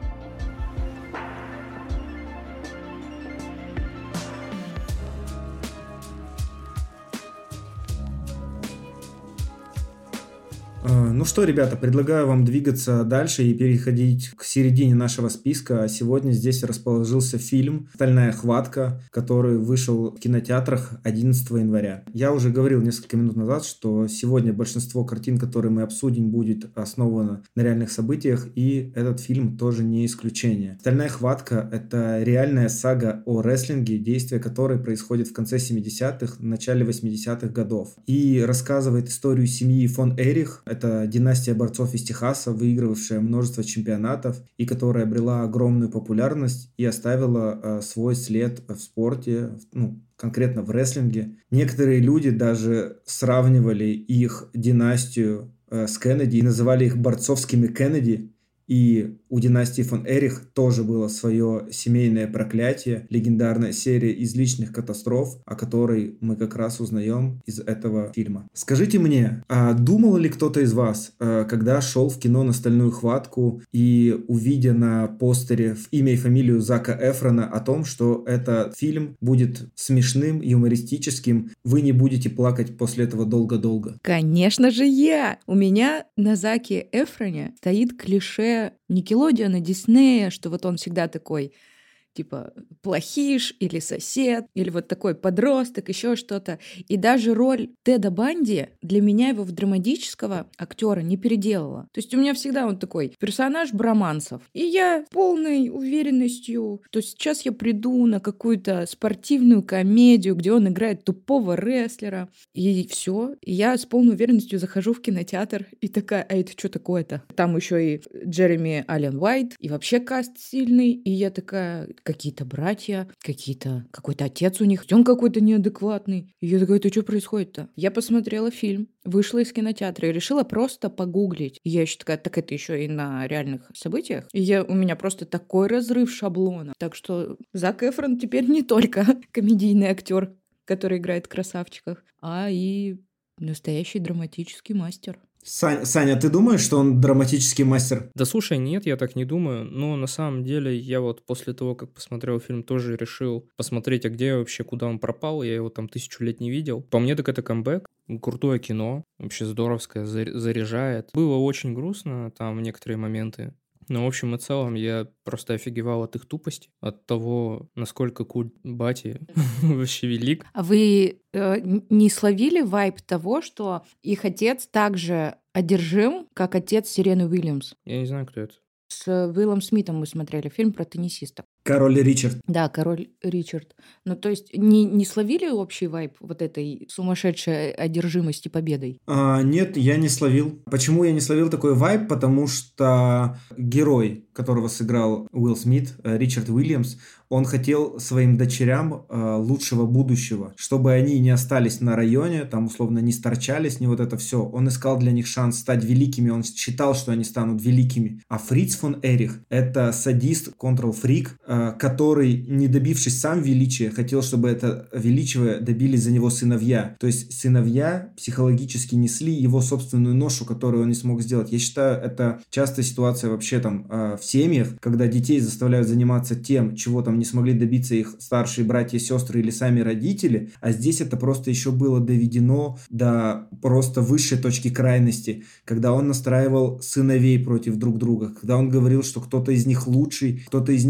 Ну что, ребята, предлагаю вам двигаться дальше и переходить к середине нашего списка. Сегодня здесь расположился фильм «Стальная хватка», который вышел в кинотеатрах 11 января. Я уже говорил несколько минут назад, что сегодня большинство картин, которые мы обсудим, будет основано на реальных событиях, и этот фильм тоже не исключение. «Стальная хватка» — это реальная сага о рестлинге, действие которой происходит в конце 70-х, начале 80-х годов, и рассказывает историю семьи фон Эрих. Это династия борцов из Техаса, выигрывавшая множество чемпионатов и которая обрела огромную популярность и оставила свой след в спорте, конкретно в рестлинге. Некоторые люди даже сравнивали их династию с Кеннеди и называли их борцовскими Кеннеди. И у династии фон Эрих тоже было свое семейное проклятие, легендарная серия из личных катастроф, о которой мы как раз узнаем из этого фильма. Скажите мне, а думал ли кто-то из вас, когда шел в кино на «Стальную хватку» и увидя на постере имя и фамилию Зака Эфрона о том, что этот фильм будет смешным, юмористическим, вы не будете плакать после этого долго-долго? Конечно же я! У меня на Заке Эфроне стоит клише Никелодеона, Диснея, что вот он всегда такой, типа, плохиш или сосед, или вот такой подросток, еще что-то. И даже роль Теда Банди для меня его в драматического актера не переделала. То есть у меня всегда он такой персонаж бромансов. И я полной уверенностью, что сейчас я приду на какую-то спортивную комедию, где он играет тупого рестлера, и все. И я с полной уверенностью захожу в кинотеатр и такая: а это что такое-то? Там еще и Джереми Аллен Уайт, и вообще каст сильный. И я такая: какие-то братья, какой-то отец у них, он какой-то неадекватный. И я такая: это что происходит-то? Я посмотрела фильм, вышла из кинотеатра и решила просто погуглить. И я еще такая: так это еще и на реальных событиях. И у меня просто такой разрыв шаблона. Так что Зак Эфрон теперь не только комедийный актер, который играет в красавчиках, а и настоящий драматический мастер. Саня, ты думаешь, что он драматический мастер? Да слушай, нет, я так не думаю, но на самом деле я вот после того, как посмотрел фильм, тоже решил посмотреть, а где вообще, куда он пропал, я его там 1000 лет не видел. По мне, так это камбэк, крутое кино, вообще здоровское, заряжает. Было очень грустно там в некоторые моменты, но в общем и целом я просто офигевал от их тупости, от того, насколько культ Бати вообще велик. А вы не словили вайб того, что их отец также одержим, как отец Сирены Уильямс? Я не знаю, кто это. С Уиллом Смитом мы смотрели фильм про теннисистов. Король Ричард. Да, король Ричард. Ну, то есть не словили общий вайб вот этой сумасшедшей одержимости победой? Нет, я не словил. Почему я не словил такой вайб? Потому что герой, которого сыграл Уилл Смит, Ричард Уильямс, он хотел своим дочерям лучшего будущего, чтобы они не остались на районе, там условно не сторчались, не вот это все. Он искал для них шанс стать великими, он считал, что они станут великими. А Фриц фон Эрих — это садист, контрол-фрик, который, не добившись сам величия, хотел, чтобы это величие добились за него сыновья. То есть сыновья психологически несли его собственную ношу, которую он не смог сделать. Я считаю, это частая ситуация вообще там в семьях, когда детей заставляют заниматься тем, чего там не смогли добиться их старшие братья, сестры или сами родители, а здесь это просто еще было доведено до просто высшей точки крайности, когда он настраивал сыновей против друг друга, когда он говорил, что кто-то из них лучший, кто-то из них худший.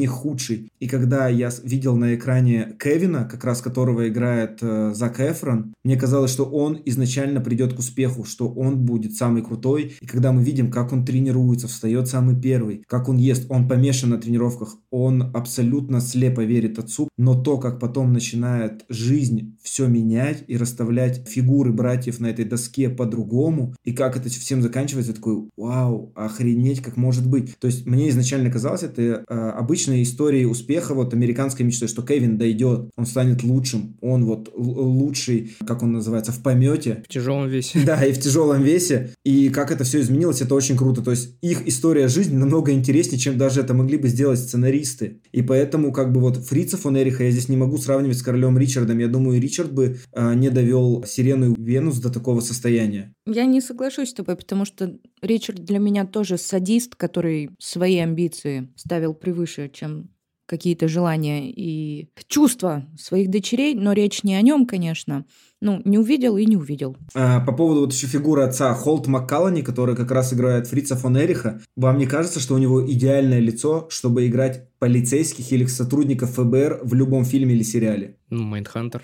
лучший. И когда я видел на экране Кевина, как раз которого играет Зак Эфрон, мне казалось, что он изначально придет к успеху, что он будет самый крутой. И когда мы видим, как он тренируется, встает самый первый, как он ест, он помешан на тренировках, он абсолютно слепо верит отцу, но то, как потом начинает жизнь все менять и расставлять фигуры братьев на этой доске по-другому, и как это всем заканчивается, я такой, вау, охренеть, как может быть. То есть мне изначально казалось, это обычная история успеха вот американской мечты, что Кевин дойдет, он станет лучшим, он вот лучший, как он называется, в помете. В тяжелом весе. Да, и в тяжелом весе. И как это все изменилось, это очень круто. То есть их история жизни намного интереснее, чем даже это могли бы сделать сценаристы. И поэтому как бы вот Фрица фон Эриха я здесь не могу сравнивать с королем Ричардом. Я думаю, Ричард бы не довел Сирену и Венус до такого состояния. Я не соглашусь с тобой, потому что Ричард для меня тоже садист, который свои амбиции ставил превыше, чем какие-то желания и чувства своих дочерей, но речь не о нем, конечно. Ну, не увидел и не увидел. По поводу вот еще фигуры отца Холт Маккаллани, который как раз играет Фрица фон Эриха, вам не кажется, что у него идеальное лицо, чтобы играть полицейских или сотрудников ФБР в любом фильме или сериале? Ну, Майндхантер.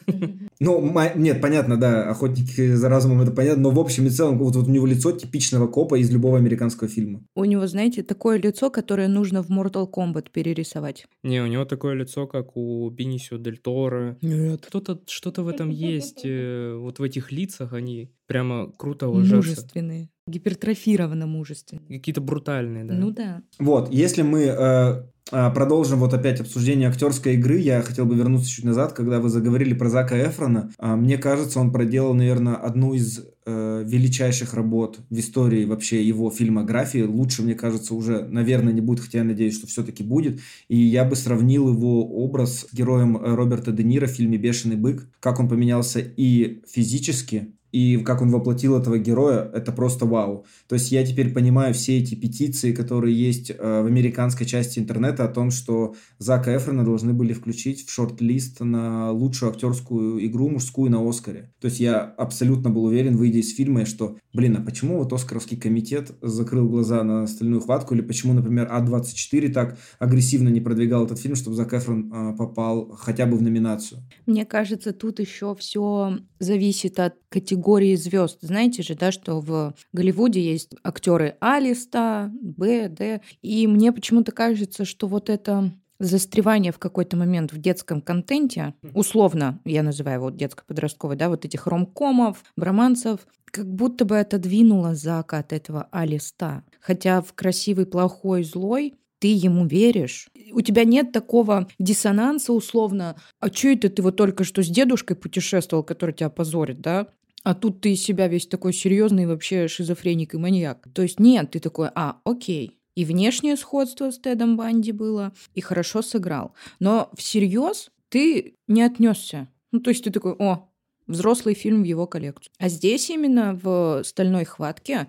Ну, нет, понятно, да, охотники за разумом, это понятно, но в общем и целом вот у него лицо типичного копа из любого американского фильма. У него, знаете, такое лицо, которое нужно в Mortal Kombat перерисовать. Не, у него такое лицо, как у Бенисио Дель Торо. Нет. Что-то в этом есть. Вот в этих лицах они прямо круто ложатся. Мужественные. Гипертрофированно мужественные. Какие-то брутальные, да. Ну да. Вот, если мы продолжим вот опять обсуждение актерской игры, я хотел бы вернуться чуть назад, когда вы заговорили про Зака Эфрона. Мне кажется, он проделал, наверное, одну из величайших работ в истории вообще его фильмографии. Лучше, мне кажется, уже, наверное, не будет, хотя я надеюсь, что все-таки будет. И я бы сравнил его образ с героем Роберта Де Ниро в фильме «Бешеный бык». Как он поменялся и физически, и как он воплотил этого героя, это просто вау. То есть я теперь понимаю все эти петиции, которые есть в американской части интернета о том, что Зака Эфрона должны были включить в шорт-лист на лучшую актерскую игру мужскую на Оскаре. То есть я абсолютно был уверен, выйдя из фильма, что, блин, а почему вот Оскаровский комитет закрыл глаза на стальную хватку, или почему, например, А24 так агрессивно не продвигал этот фильм, чтобы Зак Эфрон попал хотя бы в номинацию? Мне кажется, тут еще все зависит от категории звезд. Знаете же, да, что в Голливуде есть актеры А-листа, Б, Д. И мне почему-то кажется, что вот это застревание в какой-то момент в детском контенте, условно, я называю его детско-подростковый, да, вот этих ромкомов, бромансов, как будто бы отодвинуло Зака от этого А-листа. Хотя в «Красивый, плохой, злой» ты ему веришь. У тебя нет такого диссонанса условно. А чё это ты вот только что с дедушкой путешествовал, который тебя позорит, да? А тут ты из себя весь такой серьезный вообще шизофреник и маньяк. То есть нет, ты такой, окей. И внешнее сходство с Тедом Банди было, и хорошо сыграл. Но всерьез ты не отнесся. Ну, то есть ты такой, взрослый фильм в его коллекцию. А здесь именно в «Стальной хватке»,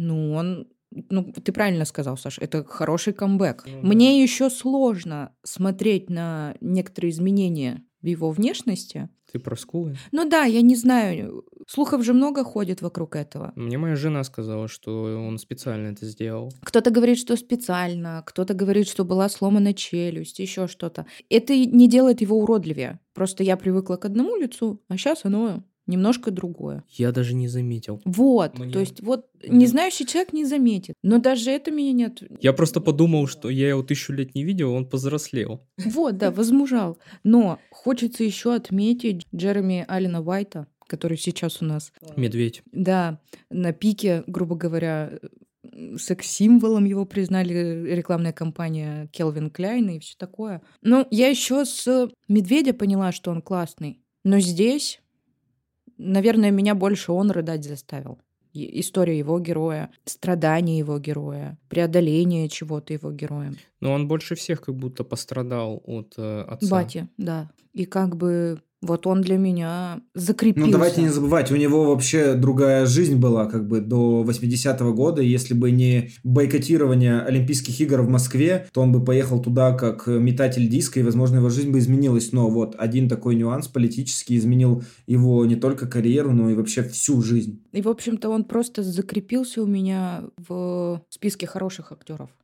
ты правильно сказал, Саш, это хороший камбэк. Мне еще сложно смотреть на некоторые изменения в его внешности. Ты про скулы? Ну да, я не знаю. Слухов же много ходит вокруг этого. Мне моя жена сказала, что он специально это сделал. Кто-то говорит, что специально, кто-то говорит, что была сломана челюсть, еще что-то. Это не делает его уродливее. Просто я привыкла к одному лицу, а сейчас оно немножко другое. Я даже не заметил. Вот, то есть не знающий человек не заметит. Но даже это меня нет. Я просто подумал, что я его 1000 лет не видел, он повзрослел. Вот, да, возмужал. Но хочется еще отметить Джереми Аллена Уайта, который сейчас у нас... Медведь. Да, на пике, грубо говоря, секс-символом его признали рекламная кампания Calvin Klein и все такое. Но я еще с «Медведя» поняла, что он классный. Но здесь... Наверное, меня больше он рыдать заставил. История его героя, страдания его героя, преодоление чего-то его героя. Но он больше всех как будто пострадал от отца. Бати, да. И как бы вот он для меня закрепился. Ну, давайте не забывать, у него вообще другая жизнь была как бы до 80-го года. Если бы не бойкотирование Олимпийских игр в Москве, то он бы поехал туда как метатель диска, и, возможно, его жизнь бы изменилась. Но вот один такой нюанс политический изменил его не только карьеру, но и вообще всю жизнь. И, в общем-то, он просто закрепился у меня в списке хороших актеров.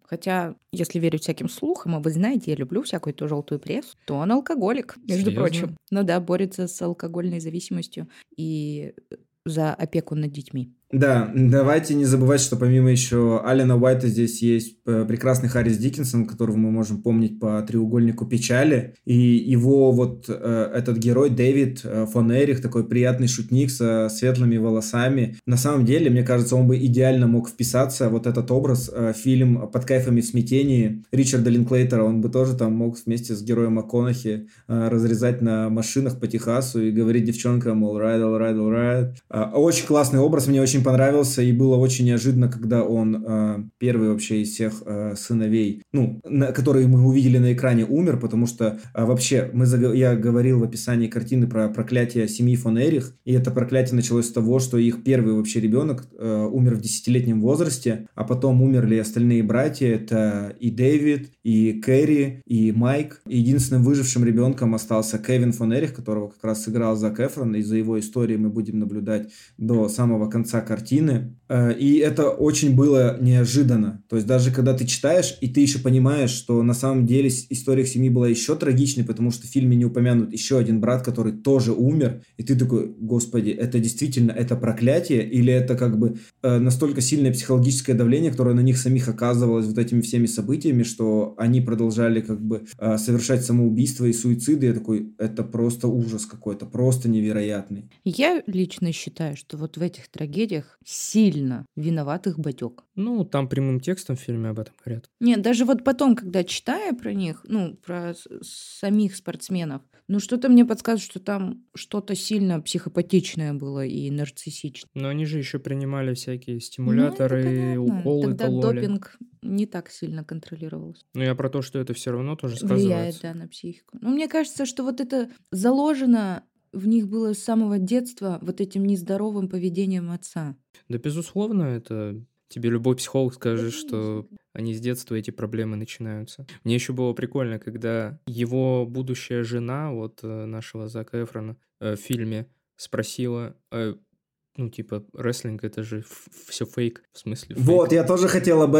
Хотя, если верить всяким слухам, а вы знаете, я люблю всякую эту желтую прессу, то он алкоголик, между Серьезно? прочим. Ну да, борется с алкогольной зависимостью и за опеку над детьми. Да, давайте не забывать, что помимо еще Алена Уайта здесь есть прекрасный Харрис Диккенсон, которого мы можем помнить по «Треугольнику печали». И его вот этот герой Дэвид фон Эрих, такой приятный шутник со светлыми волосами. На самом деле, мне кажется, он бы идеально мог вписаться, вот этот образ, фильм «Под кайфом и в смятении» Ричарда Линклейтера. Он бы тоже там мог вместе с героем МакКонахи разрезать на машинах по Техасу и говорить девчонкам all right, all right, all right. Очень классный образ, мне очень понравился, и было очень неожиданно, когда он первый вообще из всех сыновей, которые мы увидели на экране, умер, потому что вообще я говорил в описании картины про проклятие семьи фон Эрих, и это проклятие началось с того, что их первый вообще ребенок умер в 10-летнем возрасте, а потом умерли остальные братья, это и Дэвид, и Кэрри, и Майк. И единственным выжившим ребенком остался Кевин фон Эрих, которого как раз сыграл Зак Эфрон, и за его историей мы будем наблюдать до самого конца картины. И это очень было неожиданно. То есть даже когда ты читаешь, и ты еще понимаешь, что на самом деле история их семьи была еще трагичной, потому что в фильме не упомянут еще один брат, который тоже умер, и ты такой: господи, это действительно это проклятие, или это как бы настолько сильное психологическое давление, которое на них самих оказывалось вот этими всеми событиями, что они продолжали как бы совершать самоубийство и суициды. Я такой: это просто ужас какой-то, просто невероятный. Я лично считаю, что вот в этих трагедиях сильно виноватых батек. Там прямым текстом в фильме об этом говорят. Нет, даже вот потом, когда читаю про них, про самих спортсменов, что-то мне подсказывает, что там что-то сильно психопатичное было и нарциссичное. Но они же еще принимали всякие стимуляторы, уколы Тогда кололи. допинг не так сильно контролировался. Я про то, что это все равно тоже сказывается. Влияет, да, на психику. Мне кажется, что вот это заложено в них было с самого детства вот этим нездоровым поведением отца. Да, безусловно, это тебе любой психолог скажет, что они с детства эти проблемы начинаются. Мне еще было прикольно, когда его будущая жена, вот нашего Зака Эфрона, в фильме спросила, рестлинг это же все фейк, в смысле фейк. Вот, я тоже хотел об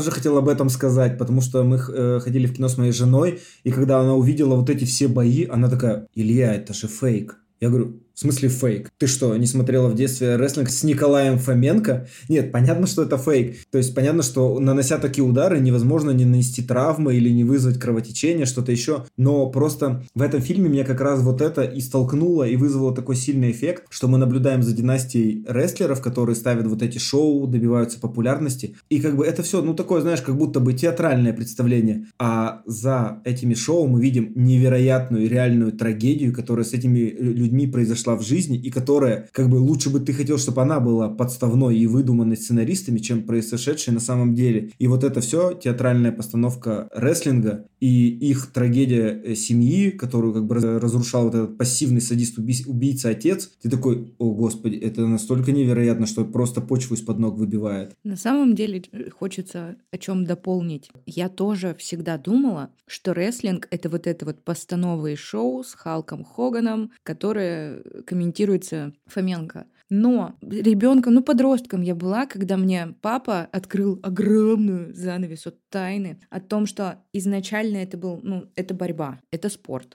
этом сказать, потому что мы ходили в кино с моей женой, и когда она увидела вот эти все бои, она такая: Илья, это же фейк. Я говорю: в смысле фейк? Ты что, не смотрела в детстве рестлинг с Николаем Фоменко? Нет, понятно, что это фейк. То есть понятно, что нанося такие удары, невозможно не нанести травмы или не вызвать кровотечение, что-то еще. Но просто в этом фильме меня как раз вот это и столкнуло, и вызвало такой сильный эффект, что мы наблюдаем за династией рестлеров, которые ставят вот эти шоу, добиваются популярности. И как бы это все, такое, знаешь, как будто бы театральное представление. А за этими шоу мы видим невероятную реальную трагедию, которая с этими людьми произошла в жизни, и которая, как бы, лучше бы ты хотел, чтобы она была подставной и выдуманной сценаристами, чем произошедшей на самом деле. И вот это все театральная постановка рестлинга и их трагедия семьи, которую как бы разрушал вот этот пассивный садист-убийца отец. Ты такой: о господи, это настолько невероятно, что просто почву из-под ног выбивает. На самом деле хочется о чем дополнить. Я тоже всегда думала, что рестлинг — это вот постановые шоу с Халком Хоганом, которые комментируется Фоменко. Но ребенком, подростком я была, когда мне папа открыл огромную занавесу тайны о том, что изначально это был, это борьба, это спорт.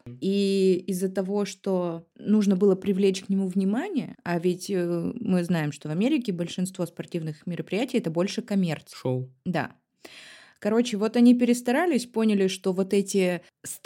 И из-за того, что нужно было привлечь к нему внимание, а ведь мы знаем, что в Америке большинство спортивных мероприятий — это больше коммерция. Шоу. Да. Короче, вот они перестарались, поняли, что вот эти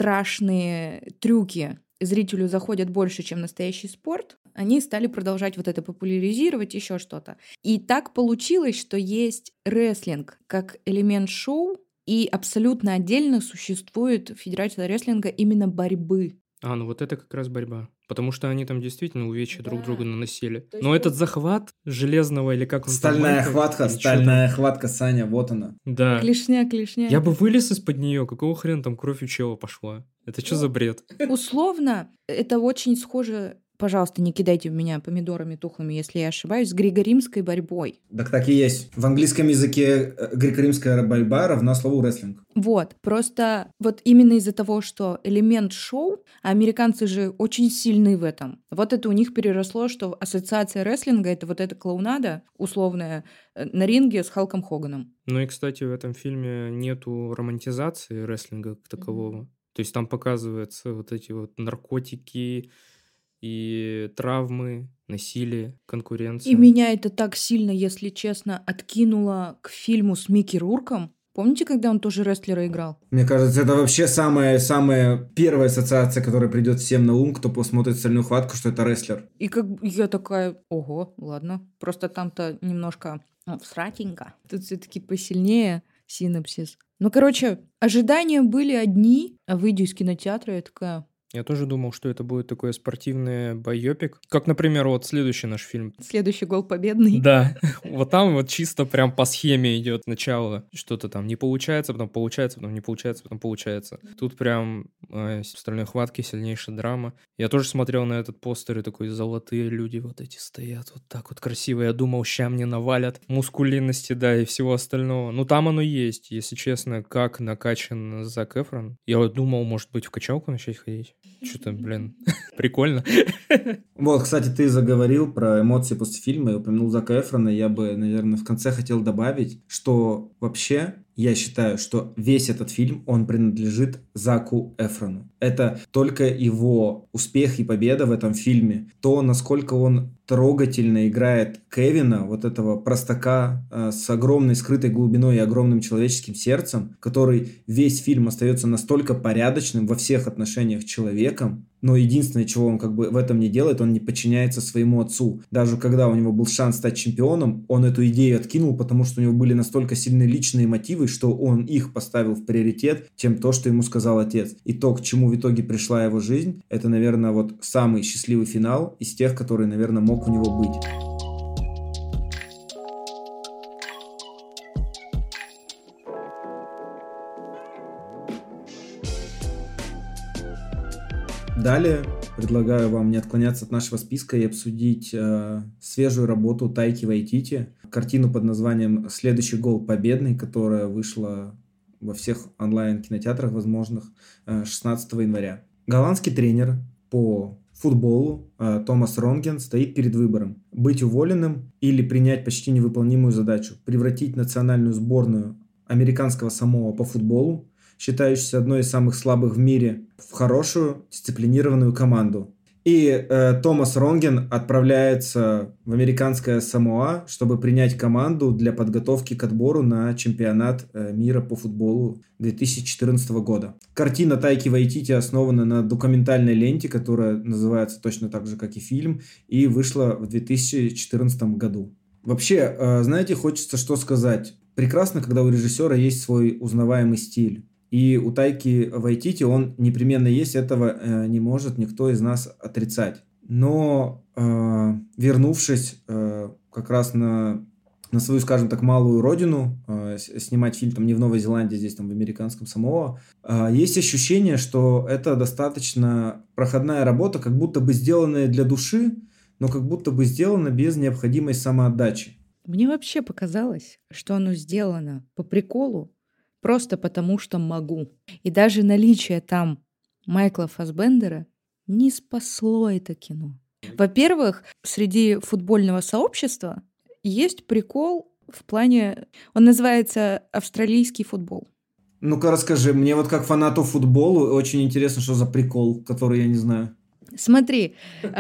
страшные трюки зрителю заходят больше, чем настоящий спорт, они стали продолжать вот это популяризировать, еще что-то. И так получилось, что есть рестлинг как элемент шоу, и абсолютно отдельно существует Федерация рестлинга именно борьбы. Вот это как раз борьба. Потому что они там действительно увечья друг другу наносили. есть Но этот захват железного, или как он Стальная там... хватка, Саня, вот она. Да. Клешня. Я бы вылез из-под нее, какого хрена там кровь у чела пошла? Это что за бред? Условно, это очень схоже пожалуйста, не кидайте в меня помидорами тухлыми, если я ошибаюсь, с греко-римской борьбой. Так и есть. В английском языке греко-римская борьба равна слову рестлинг. Вот, просто вот именно из-за того, что элемент шоу, а американцы же очень сильны в этом, вот это у них переросло, что ассоциация рестлинга — это вот эта клоунада условная на ринге с Халком Хоганом. Ну и, кстати, в этом фильме нету романтизации рестлинга как такового. То есть там показываются вот эти вот наркотики и травмы, насилие, конкуренция. И меня это так сильно, если честно, откинуло к фильму с Микки Рурком. Помните, когда он тоже рестлера играл? Мне кажется, это вообще самая первая ассоциация, которая придет всем на ум, кто посмотрит «Стальную хватку», что это рестлер. И как я такая, ого, ладно. Просто там-то немножко всратенько. Тут все-таки посильнее синапсис. Ну, короче, ожидания были одни, а выйдя из кинотеатра, я такая... Я тоже думал, что это будет такой спортивный байопик. Как, например, вот следующий наш фильм. Следующий гол победный. Да, вот там вот чисто прям по схеме идет начало. Что-то там не получается, потом получается, потом не получается, потом получается. Тут прям в «Стальной хватке» сильнейшая драма. Я тоже смотрел на этот постер, и такой золотые люди вот эти стоят вот так вот красиво. Я думал, ща мне навалят мускулинности, да, и всего остального. Ну там оно есть, если честно, как накачан Зак Эфрон. Я вот думал, может быть, в качалку начать ходить. Что-то, блин, прикольно. Вот, кстати, ты заговорил про эмоции после фильма и упомянул Зака Эфрона. Я бы, наверное, в конце хотел добавить, что вообще я считаю, что весь этот фильм, он принадлежит Заку Эфрону. Это только его успех и победа в этом фильме. То, насколько он трогательно играет Кевина, вот этого простака с огромной скрытой глубиной и огромным человеческим сердцем, который весь фильм остается настолько порядочным во всех отношениях человеком, но единственное, чего он как бы в этом не делает, он не подчиняется своему отцу. Даже когда у него был шанс стать чемпионом, он эту идею откинул, потому что у него были настолько сильные личные мотивы, что он их поставил в приоритет, чем то, что ему сказал отец. И то, к чему в итоге пришла его жизнь, это, наверное, вот самый счастливый финал из тех, который, наверное, мог у него быть. Далее предлагаю вам не отклоняться от нашего списка и обсудить свежую работу Тайки Вайтити, картину под названием «Следующий гол победный», которая вышла во всех онлайн-кинотеатрах возможных 16 января. Голландский тренер по футболу Томас Ронген стоит перед выбором: быть уволенным или принять почти невыполнимую задачу – превратить национальную сборную американского Самоа по футболу, считающуюся одной из самых слабых в мире, в хорошую, дисциплинированную команду. И Томас Ронген отправляется в американское Самоа, чтобы принять команду для подготовки к отбору на чемпионат мира по футболу 2014 года. Картина Тайки Вайтити основана на документальной ленте, которая называется точно так же, как и фильм, и вышла в 2014 году. Вообще, знаете, хочется что сказать. Прекрасно, когда у режиссера есть свой узнаваемый стиль. И у Тайки Вайтити он непременно есть, этого не может никто из нас отрицать. Но вернувшись как раз на свою, скажем так, малую родину, снимать фильм там не в Новой Зеландии, здесь там в американском Самоа, есть ощущение, что это достаточно проходная работа, как будто бы сделанная для души, но как будто бы сделана без необходимой самоотдачи. Мне вообще показалось, что оно сделано по приколу, просто потому что могу. И даже наличие там Майкла Фассбендера не спасло это кино. Во-первых, среди футбольного сообщества есть прикол в плане... Он называется «Австралийский футбол». Ну-ка расскажи, мне вот как фанату футбола очень интересно, что за прикол, который я не знаю. Смотри,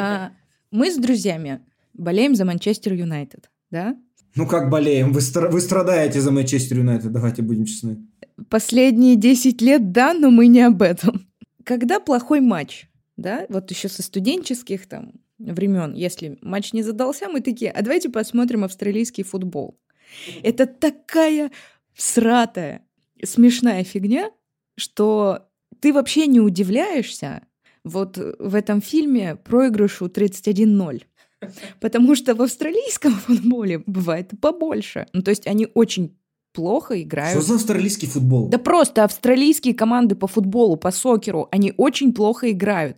мы с друзьями болеем за Манчестер Юнайтед, да? Ну как болеем? Вы страдаете за Манчестер Юнайтед, давайте будем честны. Последние 10 лет, да, но мы не об этом. Когда плохой матч, да, вот еще со студенческих там времен, если матч не задался, мы такие, а давайте посмотрим австралийский футбол. Это такая всратая, смешная фигня, что ты вообще не удивляешься вот в этом фильме проигрышу 31-0. Потому что в австралийском футболе бывает побольше. Ну, то есть они очень плохо играют. Что за австралийский футбол? Да просто австралийские команды по футболу, по сокеру, они очень плохо играют.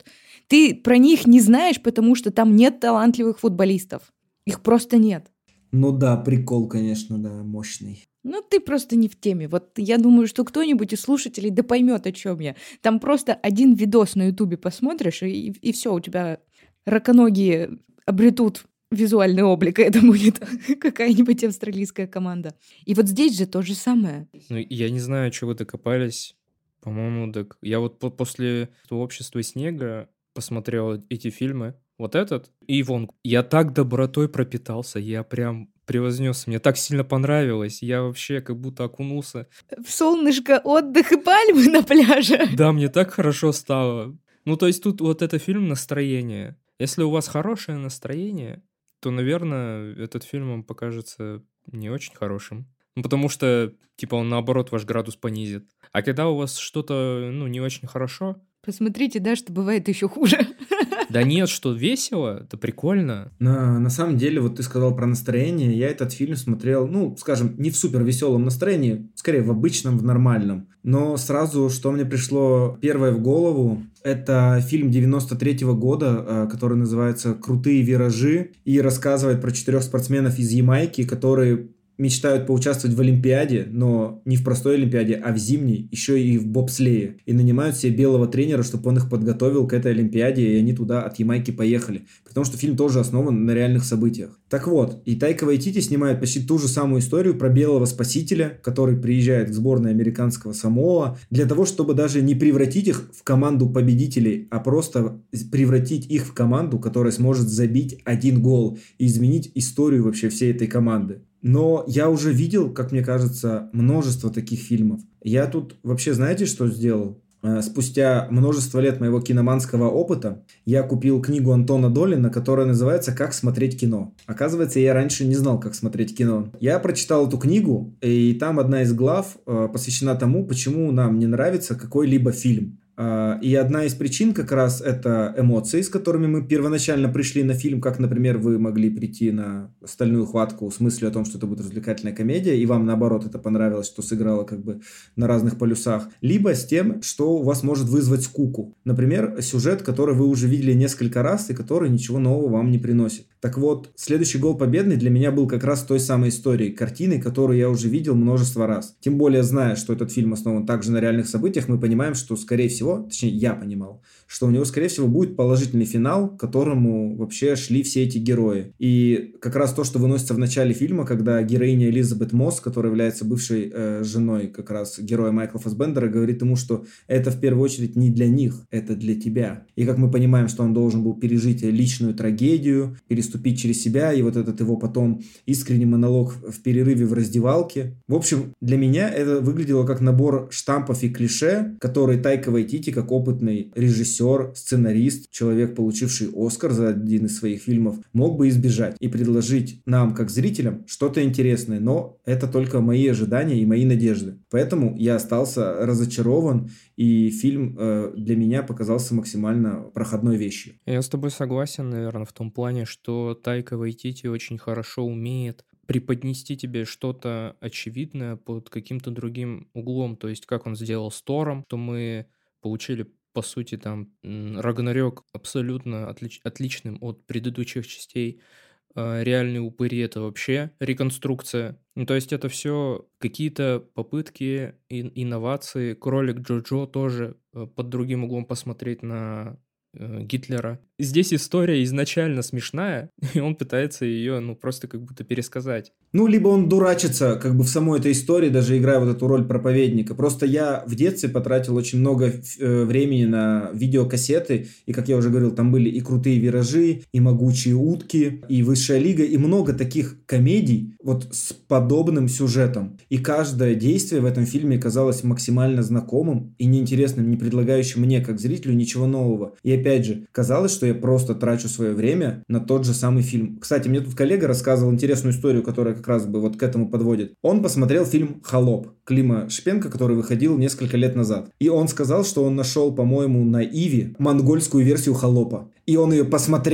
Ты про них не знаешь, потому что там нет талантливых футболистов. Их просто нет. Ну да, прикол, конечно, да, мощный. Ну, ты просто не в теме. Вот я думаю, что кто-нибудь из слушателей да поймет, о чем я. Там просто один видос на Ютубе посмотришь, и все, у тебя раконогие обретут визуальный облик, и это будет какая-нибудь австралийская команда. И вот здесь же то же самое. Ну, я не знаю, чего вы докопались. По-моему, так... Я вот после «Общества снега» посмотрел эти фильмы. Вот этот и «Вонг». Я так добротой пропитался, я прям превознесся. Мне так сильно понравилось. Я вообще как будто окунулся. В солнышко, отдых и пальмы на пляже. Да, мне так хорошо стало. Ну, то есть тут вот это фильм «Настроение». Если у вас хорошее настроение, то, наверное, этот фильм вам покажется не очень хорошим. Ну, потому что, типа, он, наоборот, ваш градус понизит. А когда у вас что-то, ну, не очень хорошо... Посмотрите, да, что бывает еще хуже. Да нет, что весело, это прикольно. На самом деле, вот ты сказал про настроение, я этот фильм смотрел, ну, скажем, не в супер веселом настроении, скорее в обычном, в нормальном. Но сразу, что мне пришло первое в голову, это фильм 93-го года, который называется «Крутые виражи» и рассказывает про 4 спортсменов из Ямайки, которые мечтают поучаствовать в Олимпиаде, но не в простой Олимпиаде, а в зимней, еще и в бобслее. И нанимают себе белого тренера, чтобы он их подготовил к этой Олимпиаде, и они туда от Ямайки поехали. Потому что фильм тоже основан на реальных событиях. Так вот, и Тайка Вайтити снимает почти ту же самую историю про белого спасителя, который приезжает к сборной американского Самоа, для того, чтобы даже не превратить их в команду победителей, а просто превратить их в команду, которая сможет забить 1 гол и изменить историю вообще всей этой команды. Но я уже видел, как мне кажется, множество таких фильмов. Я тут вообще, знаете, что сделал? Спустя множество лет моего киноманского опыта я купил книгу Антона Долина, которая называется «Как смотреть кино». Оказывается, я раньше не знал, как смотреть кино. Я прочитал эту книгу, и там одна из глав посвящена тому, почему нам не нравится какой-либо фильм. И одна из причин как раз это эмоции, с которыми мы первоначально пришли на фильм, как, например, вы могли прийти на «Стальную хватку» с мыслью о том, что это будет развлекательная комедия, и вам, наоборот, это понравилось, что сыграло как бы на разных полюсах, либо с тем, что у вас может вызвать скуку. Например, сюжет, который вы уже видели несколько раз и который ничего нового вам не приносит. Так вот, «Следующий гол победный» для меня был как раз той самой историей, картиной, которую я уже видел множество раз. Тем более, зная, что этот фильм основан также на реальных событиях, мы понимаем, что, скорее всего, точнее, я понимал, что у него, скорее всего, будет положительный финал, к которому вообще шли все эти герои. И как раз то, что выносится в начале фильма, когда героиня Элизабет Мосс, которая является бывшей женой как раз героя Майкла Фассбендера, говорит ему, что это в первую очередь не для них, это для тебя. И как мы понимаем, что он должен был пережить личную трагедию, переступить через себя, и вот этот его потом искренний монолог в перерыве в раздевалке. В общем, для меня это выглядело как набор штампов и клише, которые Тайка Вайтити, как опытный режиссер, сценарист, человек, получивший Оскар за один из своих фильмов, мог бы избежать и предложить нам, как зрителям, что-то интересное. Но это только мои ожидания и мои надежды. Поэтому я остался разочарован, и фильм для меня показался максимально проходной вещью. Я с тобой согласен, наверное, в том плане, что Тайка Вайтити очень хорошо умеет преподнести тебе что-то очевидное под каким-то другим углом. То есть, как он сделал с Тором, то мы получили, по сути, там Рагнарёк абсолютно отличным от предыдущих частей. Реальные упыри — это вообще реконструкция. Ну, то есть это все какие-то попытки, инновации. Кролик Джоджо тоже под другим углом посмотреть на Гитлера. Здесь история изначально смешная, и он пытается ее, ну, просто как будто пересказать. Ну, либо он дурачится как бы в самой этой истории, даже играя вот эту роль проповедника. Просто я в детстве потратил очень много времени на видеокассеты, и, как я уже говорил, там были и «Крутые виражи», и «Могучие утки», и «Высшая лига», и много таких комедий вот с подобным сюжетом. И каждое действие в этом фильме казалось максимально знакомым и неинтересным, не предлагающим мне, как зрителю, ничего нового. И опять же, казалось, что я просто трачу свое время на тот же самый фильм. Кстати, мне тут коллега рассказывал интересную историю, которая как раз бы вот к этому подводит. Он посмотрел фильм «Холоп» Клима Шипенко, который выходил несколько лет назад. И он сказал, что он нашел, по-моему, на Иви монгольскую версию «Холопа». И он ее посмотрел.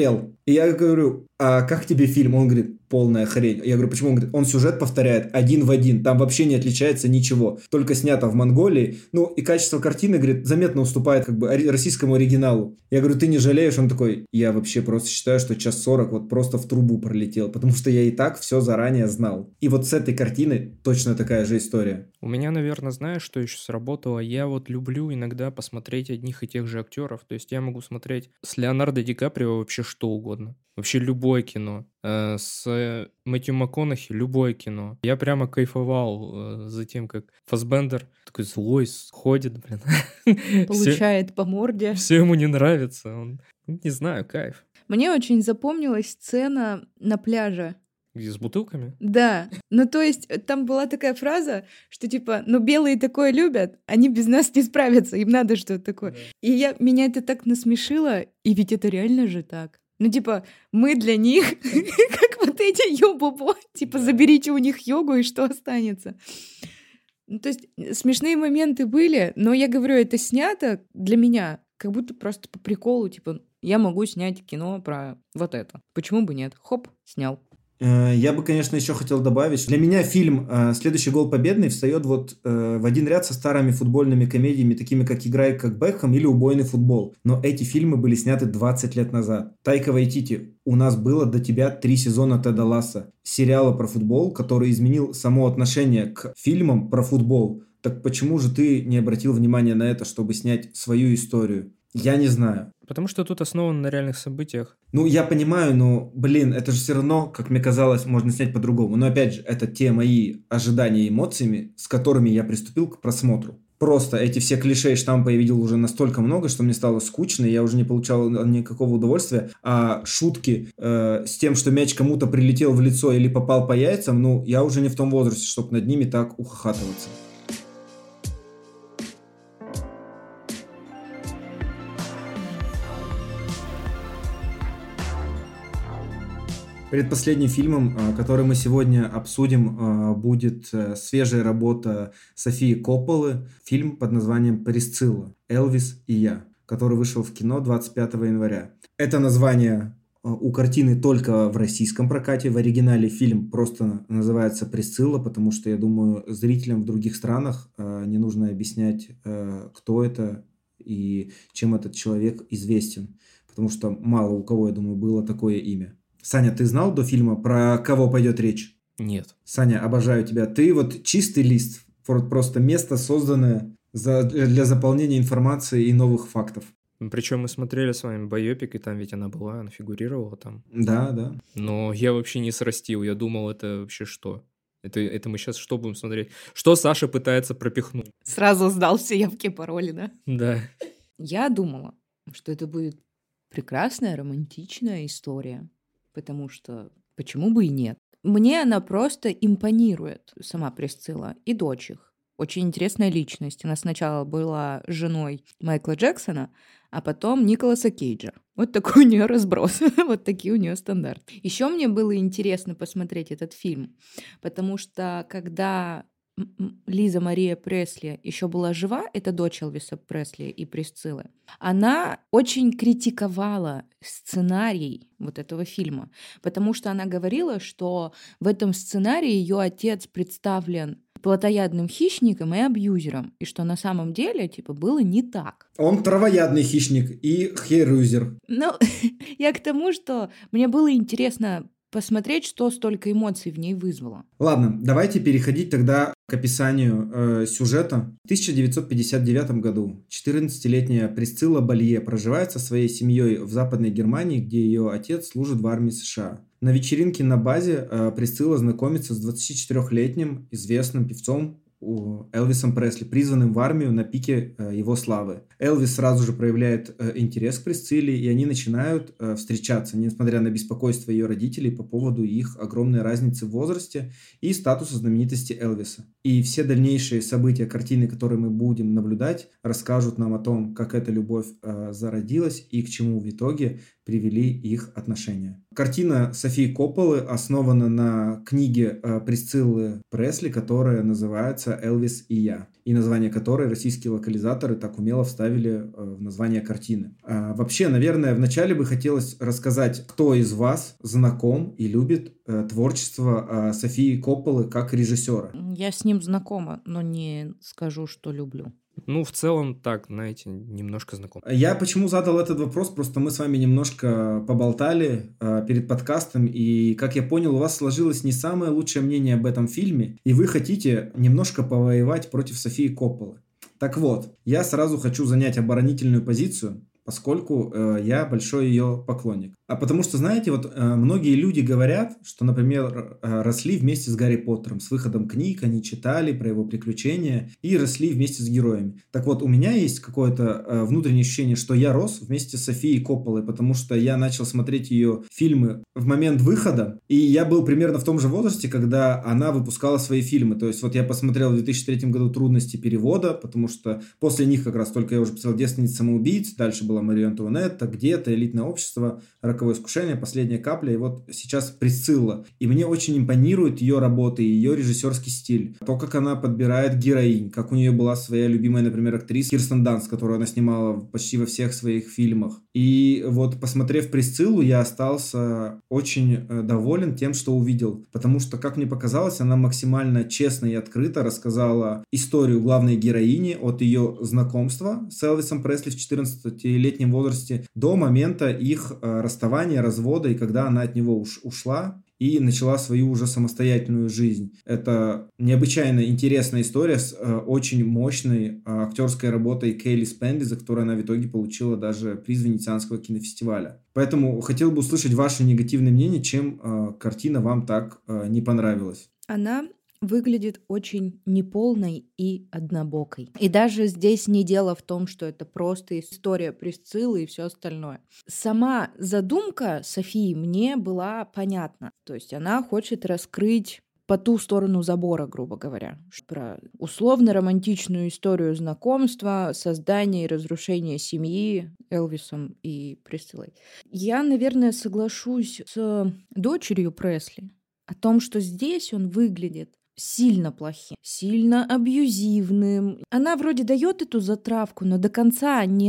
И я говорю, а как тебе фильм? Он говорит, полная хрень. Я говорю, почему? Он говорит, он сюжет повторяет один в один, там вообще не отличается ничего, только снято в Монголии. Ну, и качество картины, говорит, заметно уступает как бы российскому оригиналу. Я говорю, ты не жалеешь? Он такой, я вообще просто считаю, что час 40 вот просто в трубу пролетел, потому что я и так все заранее знал. И вот с этой картины точно такая же история. У меня, наверное, знаешь, что еще сработало? Я вот люблю иногда посмотреть одних и тех же актеров. То есть я могу смотреть с Леонардо Ди Каприо вообще что угодно. Вообще любое кино. С Мэтью МакКонахи любое кино. Я прямо кайфовал за тем, как Фассбендер такой злой ходит, блин. Все, Получает по морде. все ему не нравится. Он, не знаю, кайф. Мне очень запомнилась сцена на пляже. Где с бутылками? Да, ну то есть там была такая фраза, что типа, ну белые такое любят, они без нас не справятся, им надо что-то такое. Да. И меня это так насмешило, и ведь это реально же так. Ну типа, мы для них как вот эти йо-бобо, типа Да. заберите у них йогу, и что останется? Ну, то есть смешные моменты были, но я говорю, это снято для меня как будто просто по приколу, типа, я могу снять кино про вот это. Почему бы нет? Хоп, снял. Я бы, конечно, еще хотел добавить, что для меня фильм «Следующий гол победный» встает вот в один ряд со старыми футбольными комедиями, такими как «Играй как Бекхэм» или «Убойный футбол». Но эти фильмы были сняты 20 лет назад. Тайка Вайтити, у нас было до тебя 3 сезона Теда Ласса, сериала про футбол, который изменил само отношение к фильмам про футбол. Так почему же ты не обратил внимания на это, чтобы снять свою историю? Я не знаю. Потому что тут основано на реальных событиях. Ну, я понимаю, но, блин, это же все равно, как мне казалось, можно снять по-другому. Но, опять же, это те мои ожидания эмоциями, с которыми я приступил к просмотру. Просто эти все клише и штампы я видел уже настолько много, что мне стало скучно, и я уже не получал никакого удовольствия. А шутки с тем, что мяч кому-то прилетел в лицо или попал по яйцам, ну, я уже не в том возрасте, чтобы над ними так ухахатываться. Предпоследним фильмом, который мы сегодня обсудим, будет свежая работа Софии Копполы, фильм под названием «Присцилла. Элвис и я», который вышел в кино 25 января. Это название у картины только в российском прокате. В оригинале фильм просто называется «Присцилла», потому что, я думаю, зрителям в других странах не нужно объяснять, кто это и чем этот человек известен, потому что мало у кого, я думаю, было такое имя. Саня, ты знал до фильма, про кого пойдет речь? Нет. Саня, обожаю тебя. Ты вот чистый лист, просто место, созданное для заполнения информации и новых фактов. Причем мы смотрели с вами байопик, и там ведь она была, она фигурировала там. Да, да. Но я вообще не срастил, я думал, это вообще что? Это мы сейчас что будем смотреть? Что Саша пытается пропихнуть? Сразу сдал все явки, пароли, да? Да. Я думала, что это будет прекрасная романтичная история, потому что почему бы и нет? Мне она просто импонирует, сама Присцилла, и дочь их. Очень интересная личность. Она сначала была женой Майкла Джексона, а потом Николаса Кейджа. Вот такой у нее разброс, вот такие у нее стандарты. Еще мне было интересно посмотреть этот фильм, потому что когда Лиза Мария Пресли еще была жива, это дочь Элвиса Пресли и Присциллы, она очень критиковала сценарий вот этого фильма, потому что она говорила, что в этом сценарии ее отец представлен плотоядным хищником и абьюзером, и что на самом деле, типа, было не так. Он травоядный хищник и хейрюзер. Ну, я к тому, что мне было интересно посмотреть, что столько эмоций в ней вызвало. Ладно, давайте переходить тогда к описанию сюжета. В 1959 году 14-летняя Присцилла Болье проживает со своей семьей в Западной Германии, где ее отец служит в армии США. На вечеринке на базе Присцилла знакомится с 24-летним известным певцом Элвисом Пресли, призванным в армию на пике его славы. Элвис сразу же проявляет интерес к Присцилле, и они начинают встречаться, несмотря на беспокойство ее родителей по поводу их огромной разницы в возрасте и статуса знаменитости Элвиса. И все дальнейшие события картины, которые мы будем наблюдать, расскажут нам о том, как эта любовь зародилась и к чему в итоге привели их отношения. Картина Софии Копполы основана на книге Присциллы Пресли, которая называется «Элвис и я», и название которой российские локализаторы так умело вставили в название картины. Вообще, наверное, вначале бы хотелось рассказать, кто из вас знаком и любит творчество Софии Копполы как режиссера. Я с ним знакома, но не скажу, что люблю. Ну, в целом, так, знаете, немножко знаком. Я почему задал этот вопрос? Просто мы с вами немножко поболтали перед подкастом, и, как я понял, у вас сложилось не самое лучшее мнение об этом фильме, и вы хотите немножко повоевать против Софии Копполы. Так вот, я сразу хочу занять оборонительную позицию, поскольку я большой ее поклонник. А потому что, знаете, вот многие люди говорят, что, например, росли вместе с Гарри Поттером, с выходом книг, они читали про его приключения и росли вместе с героями. Так вот, у меня есть какое-то внутреннее ощущение, что я рос вместе с Софией Копполой, потому что я начал смотреть ее фильмы в момент выхода, и я был примерно в том же возрасте, когда она выпускала свои фильмы. То есть вот я посмотрел в 2003 году «Трудности перевода», потому что после них как раз только я уже посмотрел «Девственница самоубийц», дальше была Мария Антуанетта, «Где-то», «Элитное общество», «Роковое искушение», «Последняя капля», и вот сейчас «Присцилла». И мне очень импонирует ее работа, ее режиссерский стиль. То, как она подбирает героинь, как у нее была своя любимая, например, актриса Кирстен Данст, которую она снимала почти во всех своих фильмах. И вот, посмотрев «Присциллу», я остался очень доволен тем, что увидел. Потому что, как мне показалось, она максимально честно и открыто рассказала историю главной героини от ее знакомства с Элвисом Пресли в 14-летнем возрасте до момента их расставания, развода, и когда она от него ушла и начала свою уже самостоятельную жизнь. Это необычайно интересная история с очень мощной актерской работой Кейли Спенди, за которую она в итоге получила даже приз Венецианского кинофестиваля. Поэтому хотел бы услышать ваше негативное мнение, чем картина вам так не понравилась. Она выглядит очень неполной и однобокой. И даже здесь не дело в том, что это просто история Присциллы и все остальное. Сама задумка Софии мне была понятна. То есть она хочет раскрыть по ту сторону забора, грубо говоря, про условно-романтичную историю знакомства, создания и разрушения семьи Элвисом и Присциллой. Я, наверное, соглашусь с дочерью Пресли о том, что здесь он выглядит сильно плохим, сильно абьюзивным. Она вроде дает эту затравку, но до конца не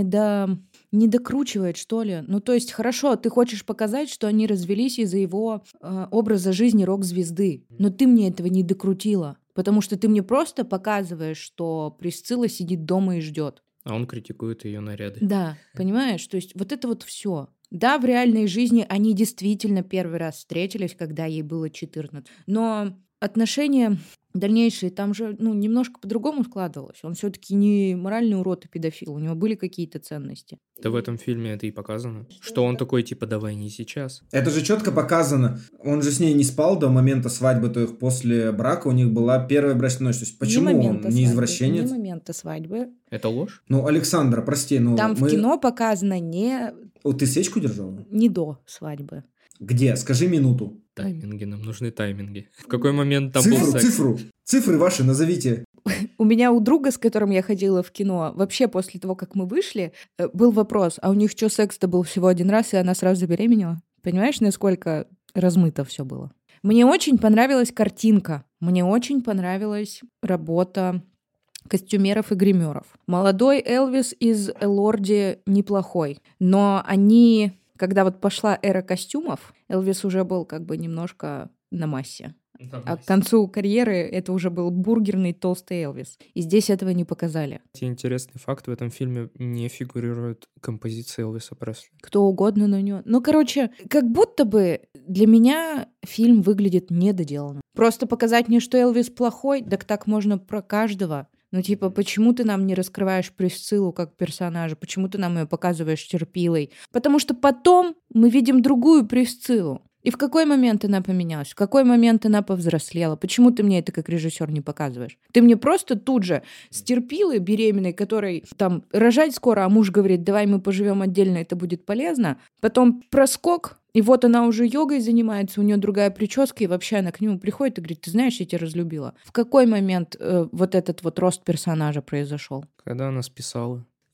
докручивает, что ли. Ну, то есть, хорошо, ты хочешь показать, что они развелись из-за его образа жизни рок-звезды, но ты мне этого не докрутила, потому что ты мне просто показываешь, что Присцилла сидит дома и ждет. А он критикует ее наряды. Да, понимаешь? То есть вот это вот все. Да, в реальной жизни они действительно первый раз встретились, когда ей было 14. Но отношения дальнейшие там же немножко по-другому складывалось. Он все-таки не моральный урод и педофил, у него были какие-то ценности. Да в этом фильме это и показано. Что он такой, типа, давай не сейчас. Это же четко показано. Он же с ней не спал до момента свадьбы, то есть после брака у них была первая брачная ночь. То есть почему он не извращенец? Не момента свадьбы. Это ложь? Ну, Александра, прости, Там в кино показано не Ты свечку держала? не до свадьбы. Где? Скажи минуту. Тайминги, нам нужны тайминги. В какой момент там был секс? Цифры ваши назовите. У меня у друга, с которым я ходила в кино, вообще после того, как мы вышли, был вопрос, а у них что, секс-то был всего один раз, и она сразу забеременела? Понимаешь, насколько размыто все было? Мне очень понравилась картинка, мне очень понравилась работа костюмеров и гримеров. Молодой Элвис из Элорди неплохой, но они, когда вот пошла эра костюмов, Элвис уже был как бы немножко на массе. А к концу карьеры это уже был бургерный толстый Элвис. И здесь этого не показали. Интересный факт, в этом фильме не фигурирует композиция Элвиса Пресли. Кто угодно на него. Ну, короче, как будто бы для меня фильм выглядит недоделанным. Просто показать мне, что Элвис плохой, так можно про каждого. Ну, типа, почему ты нам не раскрываешь Присциллу как персонажа? Почему ты нам ее показываешь терпилой? Потому что потом мы видим другую Присциллу. И в какой момент она поменялась? В какой момент она повзрослела? Почему ты мне это как режиссер не показываешь? Ты мне просто тут же с терпилой беременной, которой там рожать скоро, а муж говорит, давай мы поживем отдельно, это будет полезно. Потом проскок, и вот она уже йогой занимается, у нее другая прическа, и вообще она к нему приходит и говорит, ты знаешь, я тебя разлюбила. В какой момент вот этот вот рост персонажа произошел? Когда она списала.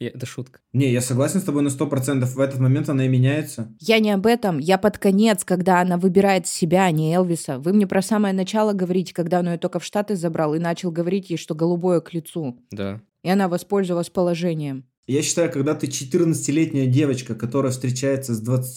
Это шутка. Не, я согласен с тобой на 100%. В этот момент она и меняется. Я не об этом. Я под конец, когда она выбирает себя, а не Элвиса. Вы мне про самое начало говорите, когда он ее только в Штаты забрал и начал говорить ей, что голубое к лицу. Да. И она воспользовалась положением. Я считаю, когда ты 14-летняя девочка, которая встречается с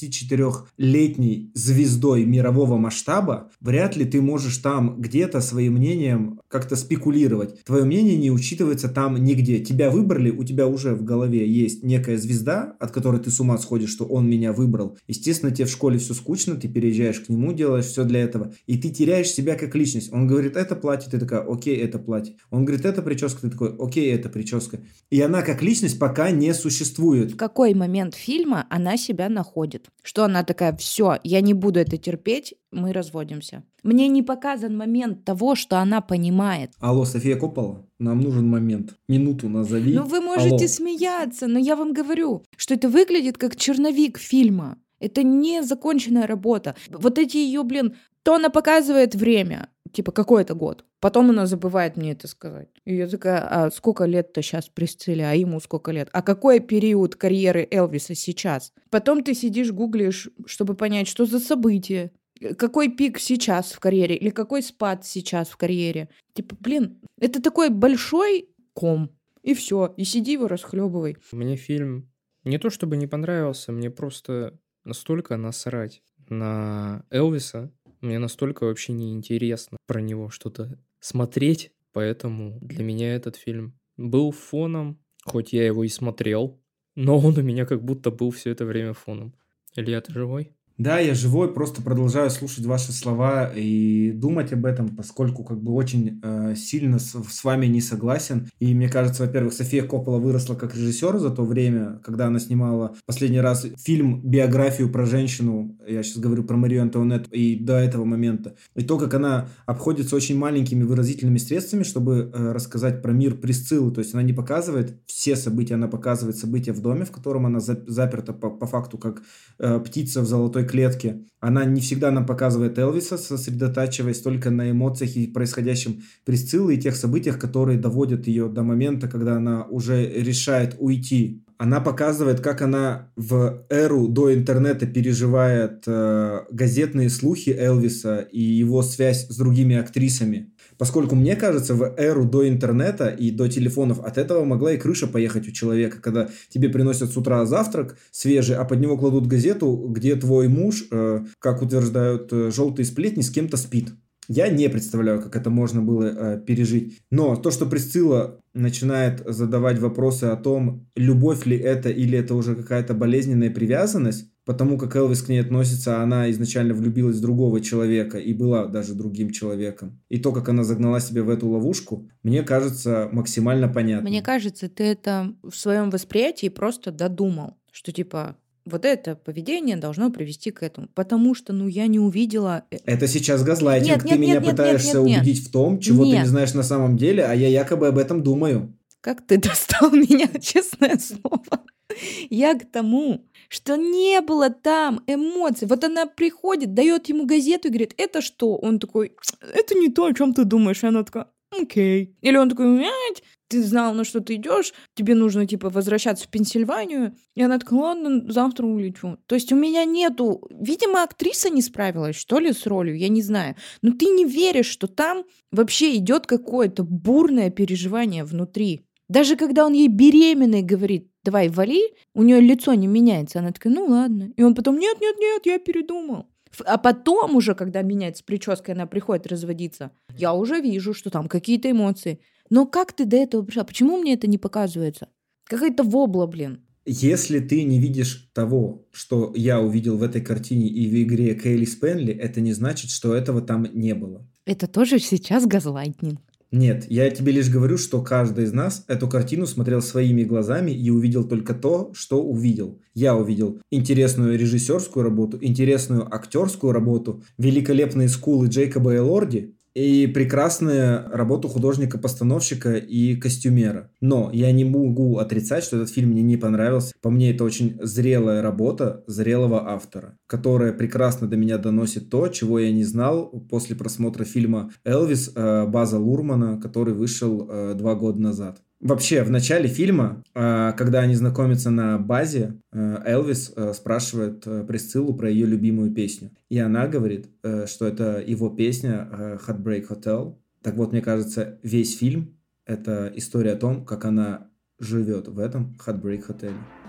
24-летней звездой мирового масштаба, вряд ли ты можешь там где-то своим мнением как-то спекулировать. Твое мнение не учитывается там нигде. Тебя выбрали, у тебя уже в голове есть некая звезда, от которой ты с ума сходишь, что он меня выбрал. Естественно, тебе в школе все скучно, ты переезжаешь к нему, делаешь все для этого, и ты теряешь себя как личность. Он говорит, это платье, ты такая, окей, это платье. Он говорит, это прическа, ты такой, окей, это прическа. И она как личность пока не существует. В какой момент фильма она себя находит? Что она такая, все, я не буду это терпеть, мы разводимся. Мне не показан момент того, что она понимает. Алло, София Коппола, нам нужен момент. Минуту назови. Ну вы можете Алло. смеяться, но я вам говорю, что это выглядит как черновик фильма. Это не законченная работа. Вот эти ее, то она показывает время, типа какой-то год. Потом она забывает мне это сказать. И я такая, а сколько лет-то сейчас Присцилле, а ему сколько лет? А какой период карьеры Элвиса сейчас? Потом ты сидишь, гуглишь, чтобы понять, что за событие. Какой пик сейчас в карьере? Или какой спад сейчас в карьере? Типа, это такой большой ком. И все. И сиди его расхлебывай. Мне фильм не то чтобы не понравился, мне просто настолько насрать на Элвиса. Мне настолько вообще неинтересно про него что-то смотреть, поэтому для меня этот фильм был фоном, хоть я его и смотрел, но он у меня как будто был все это время фоном. Илья, ты живой? Да, я живой, просто продолжаю слушать ваши слова и думать об этом, поскольку как бы очень сильно с вами не согласен. И мне кажется, во-первых, София Коппола выросла как режиссер за то время, когда она снимала последний раз фильм «Биографию про женщину», я сейчас говорю про Марию Антуанетту, и до этого момента. И то, как она обходится очень маленькими выразительными средствами, чтобы рассказать про мир Присциллы. То есть она не показывает все события, она показывает события в доме, в котором она заперта по факту как птица в золотой клетке. Она не всегда нам показывает Элвиса, сосредотачиваясь только на эмоциях и происходящем Присциллы и тех событиях, которые доводят ее до момента, когда она уже решает уйти. Она показывает, как она в эру до интернета переживает газетные слухи Элвиса и его связь с другими актрисами. Поскольку, мне кажется, в эру до интернета и до телефонов от этого могла и крыша поехать у человека, когда тебе приносят с утра завтрак свежий, а под него кладут газету, где твой муж, как утверждают желтые сплетни, с кем-то спит. Я не представляю, как это можно было пережить. Но то, что Присцилла начинает задавать вопросы о том, любовь ли это или это уже какая-то болезненная привязанность, потому как Элвис к ней относится, она изначально влюбилась в другого человека и была даже другим человеком. И то, как она загнала себя в эту ловушку, мне кажется максимально понятно. Мне кажется, ты это в своем восприятии просто додумал, что типа вот это поведение должно привести к этому. Потому что, я не увидела... Это сейчас газлайтинг. Ты меня пытаешься убедить в том, чего ты не знаешь на самом деле, а я якобы об этом думаю. Как ты достал меня, честное слово. Я к тому, что не было там эмоций. Вот она приходит, дает ему газету и говорит, это что? Он такой, это не то, о чем ты думаешь. И она такая, окей. Или он такой, ты знал, на что ты идешь, тебе нужно, возвращаться в Пенсильванию. И она такая, ладно, завтра улечу. То есть у меня нету... Видимо, актриса не справилась, что ли, с ролью, я не знаю. Но ты не веришь, что там вообще идет какое-то бурное переживание внутри. Даже когда он ей беременной говорит, давай, вали, у нее лицо не меняется. Она такая, ладно. И он потом, нет, я передумал. А потом уже, когда меняется прическа, она приходит разводиться, я уже вижу, что там какие-то эмоции. Но как ты до этого пришла? Почему мне это не показывается? Какая-то вобла, Если ты не видишь того, что я увидел в этой картине и в игре Кейли Спенли, это не значит, что этого там не было. Это тоже сейчас газлайтинг. Нет, я тебе лишь говорю, что каждый из нас эту картину смотрел своими глазами и увидел только то, что увидел. Я увидел интересную режиссерскую работу, интересную актерскую работу, великолепные скулы Джейкоба Элорди и прекрасную работу художника-постановщика и костюмера. Но я не могу отрицать, что этот фильм мне не понравился. По мне, это очень зрелая работа зрелого автора, которая прекрасно до меня доносит то, чего я не знал после просмотра фильма «Элвис» База Лурмана, который вышел 2 года назад. Вообще, в начале фильма, когда они знакомятся на базе, Элвис спрашивает Присциллу про ее любимую песню. И она говорит, что это его песня Heartbreak Hotel. Так вот, мне кажется, весь фильм – это история о том, как она живет в этом Heartbreak Hotel.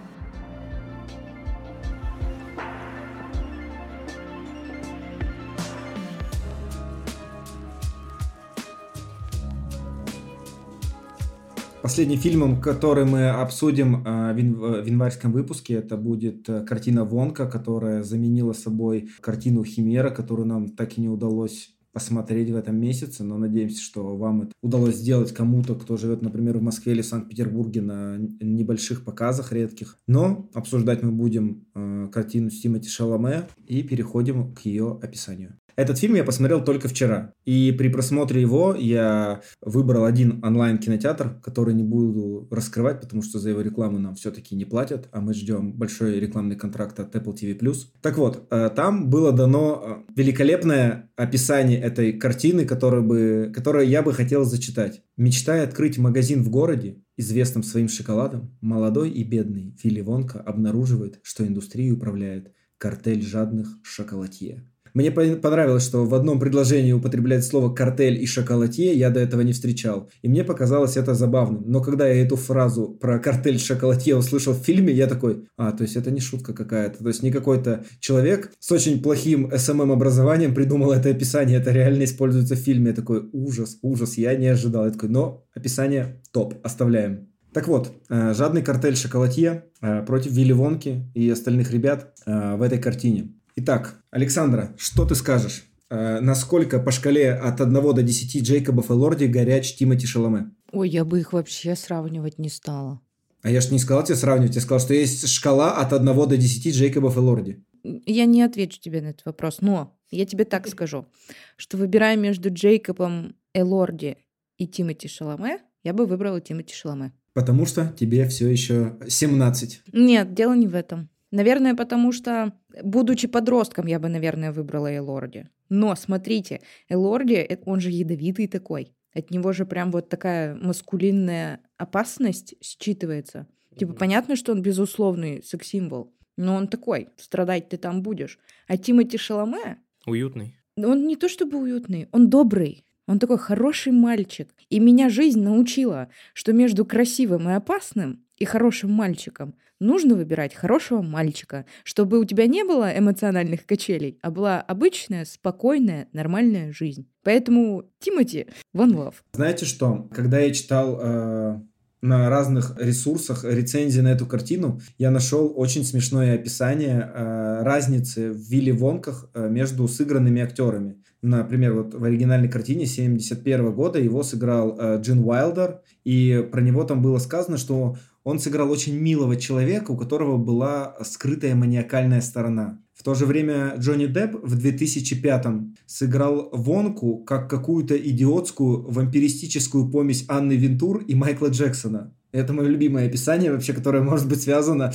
Последним фильмом, который мы обсудим в январском выпуске, это будет картина «Вонка», которая заменила собой картину «Химера», которую нам так и не удалось посмотреть в этом месяце, но надеемся, что вам это удалось сделать кому-то, кто живет, например, в Москве или в Санкт-Петербурге на небольших показах редких. Но обсуждать мы будем картину с Тимоти Шаломе и переходим к ее описанию. Этот фильм я посмотрел только вчера, и при просмотре его я выбрал один онлайн-кинотеатр, который не буду раскрывать, потому что за его рекламу нам все-таки не платят, а мы ждем большой рекламный контракт от Apple TV+. Так вот, там было дано великолепное описание этой картины, которое я бы хотел зачитать. Мечтая открыть магазин в городе, известным своим шоколадом, молодой и бедный Вилли Вонка обнаруживает, что индустрией управляет картель жадных шоколадье. Мне понравилось, что в одном предложении употребляет слово «картель» и «шоколадье», я до этого не встречал. И мне показалось это забавным. Но когда я эту фразу про картель шоколадье услышал в фильме, я такой, то есть это не шутка какая-то. То есть не какой-то человек с очень плохим SMM-образованием придумал это описание, это реально используется в фильме. Я такой, ужас, я не ожидал. Я такой, но описание топ, оставляем. Так вот, жадный картель шоколадье против Вилли Вонки и остальных ребят в этой картине. Итак, Александра, что ты скажешь? Насколько по шкале от 1 до 10 Джейкобов Элорди горяч Тимоти Шаломе? Ой, я бы их вообще сравнивать не стала. А я ж не сказал тебе сравнивать, я сказал, что есть шкала от 1 до 10 Джейкобов Элорди. Я не отвечу тебе на этот вопрос, но я тебе так скажу, что выбирая между Джейкобом Элорди и Тимоти Шаломе, я бы выбрала Тимоти Шаломе. Потому что тебе все еще 17. Нет, дело не в этом. Наверное, потому что, будучи подростком, я бы, наверное, выбрала Элорди. Но, смотрите, Элорди, он же ядовитый такой. От него же прям вот такая маскулинная опасность считывается. Типа, понятно, что он безусловный секс-символ, но он такой, страдать ты там будешь. А Тимоти Шаломе... Уютный. Он не то чтобы уютный, он добрый. Он такой хороший мальчик. И меня жизнь научила, что между красивым и опасным и хорошим мальчиком нужно выбирать хорошего мальчика, чтобы у тебя не было эмоциональных качелей, а была обычная, спокойная, нормальная жизнь. Поэтому Тимоти, one love. Знаете что? Когда я читал на разных ресурсах рецензии на эту картину, я нашел очень смешное описание разницы в Вилли Вонках между сыгранными актерами. Например, вот в оригинальной картине 1971 года его сыграл Джин Уайлдер, и про него там было сказано, что он сыграл очень милого человека, у которого была скрытая маниакальная сторона. В то же время Джонни Депп в 2005-м сыграл Вонку как какую-то идиотскую вампиристическую помесь Анны Вентур и Майкла Джексона. Это мое любимое описание вообще, которое может быть связано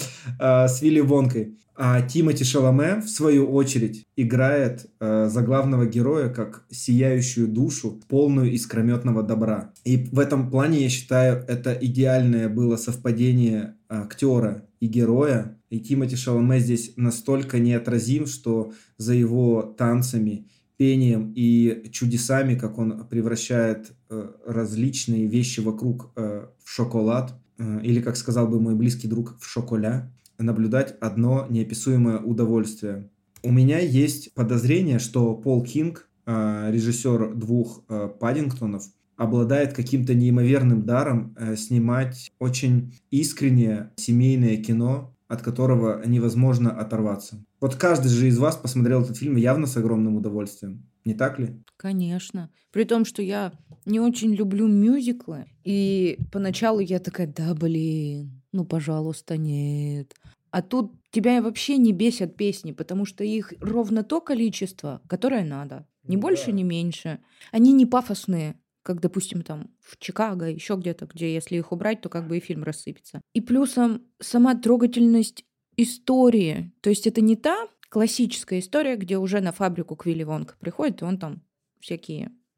с Вилли Вонкой. А Тимоти Шаломе, в свою очередь, играет заглавного героя как сияющую душу, полную искрометного добра. И в этом плане, я считаю, это идеальное было совпадение актера и героя. И Тимоти Шаломе здесь настолько неотразим, что за его танцами, пением и чудесами, как он превращает различные вещи вокруг в шоколад, или, как сказал бы мой близкий друг, в шоколя, наблюдать одно неописуемое удовольствие. У меня есть подозрение, что Пол Кинг, режиссер 2 Паддингтонов, обладает каким-то неимоверным даром снимать очень искреннее семейное кино, от которого невозможно оторваться. Вот каждый же из вас посмотрел этот фильм явно с огромным удовольствием. Не так ли? Конечно. При том, что я не очень люблю мюзиклы. И поначалу я такая, да блин, ну пожалуйста, нет. А тут тебя вообще не бесят песни, потому что их ровно то количество, которое надо. Ни больше, ни меньше. Они не пафосные, как, допустим, там в Чикаго, еще где-то, где если их убрать, то как бы и фильм рассыпется. И плюсом сама трогательность истории. То есть это не та классическая история, где уже на фабрику к Вилли Вонка приходит, и он там всякие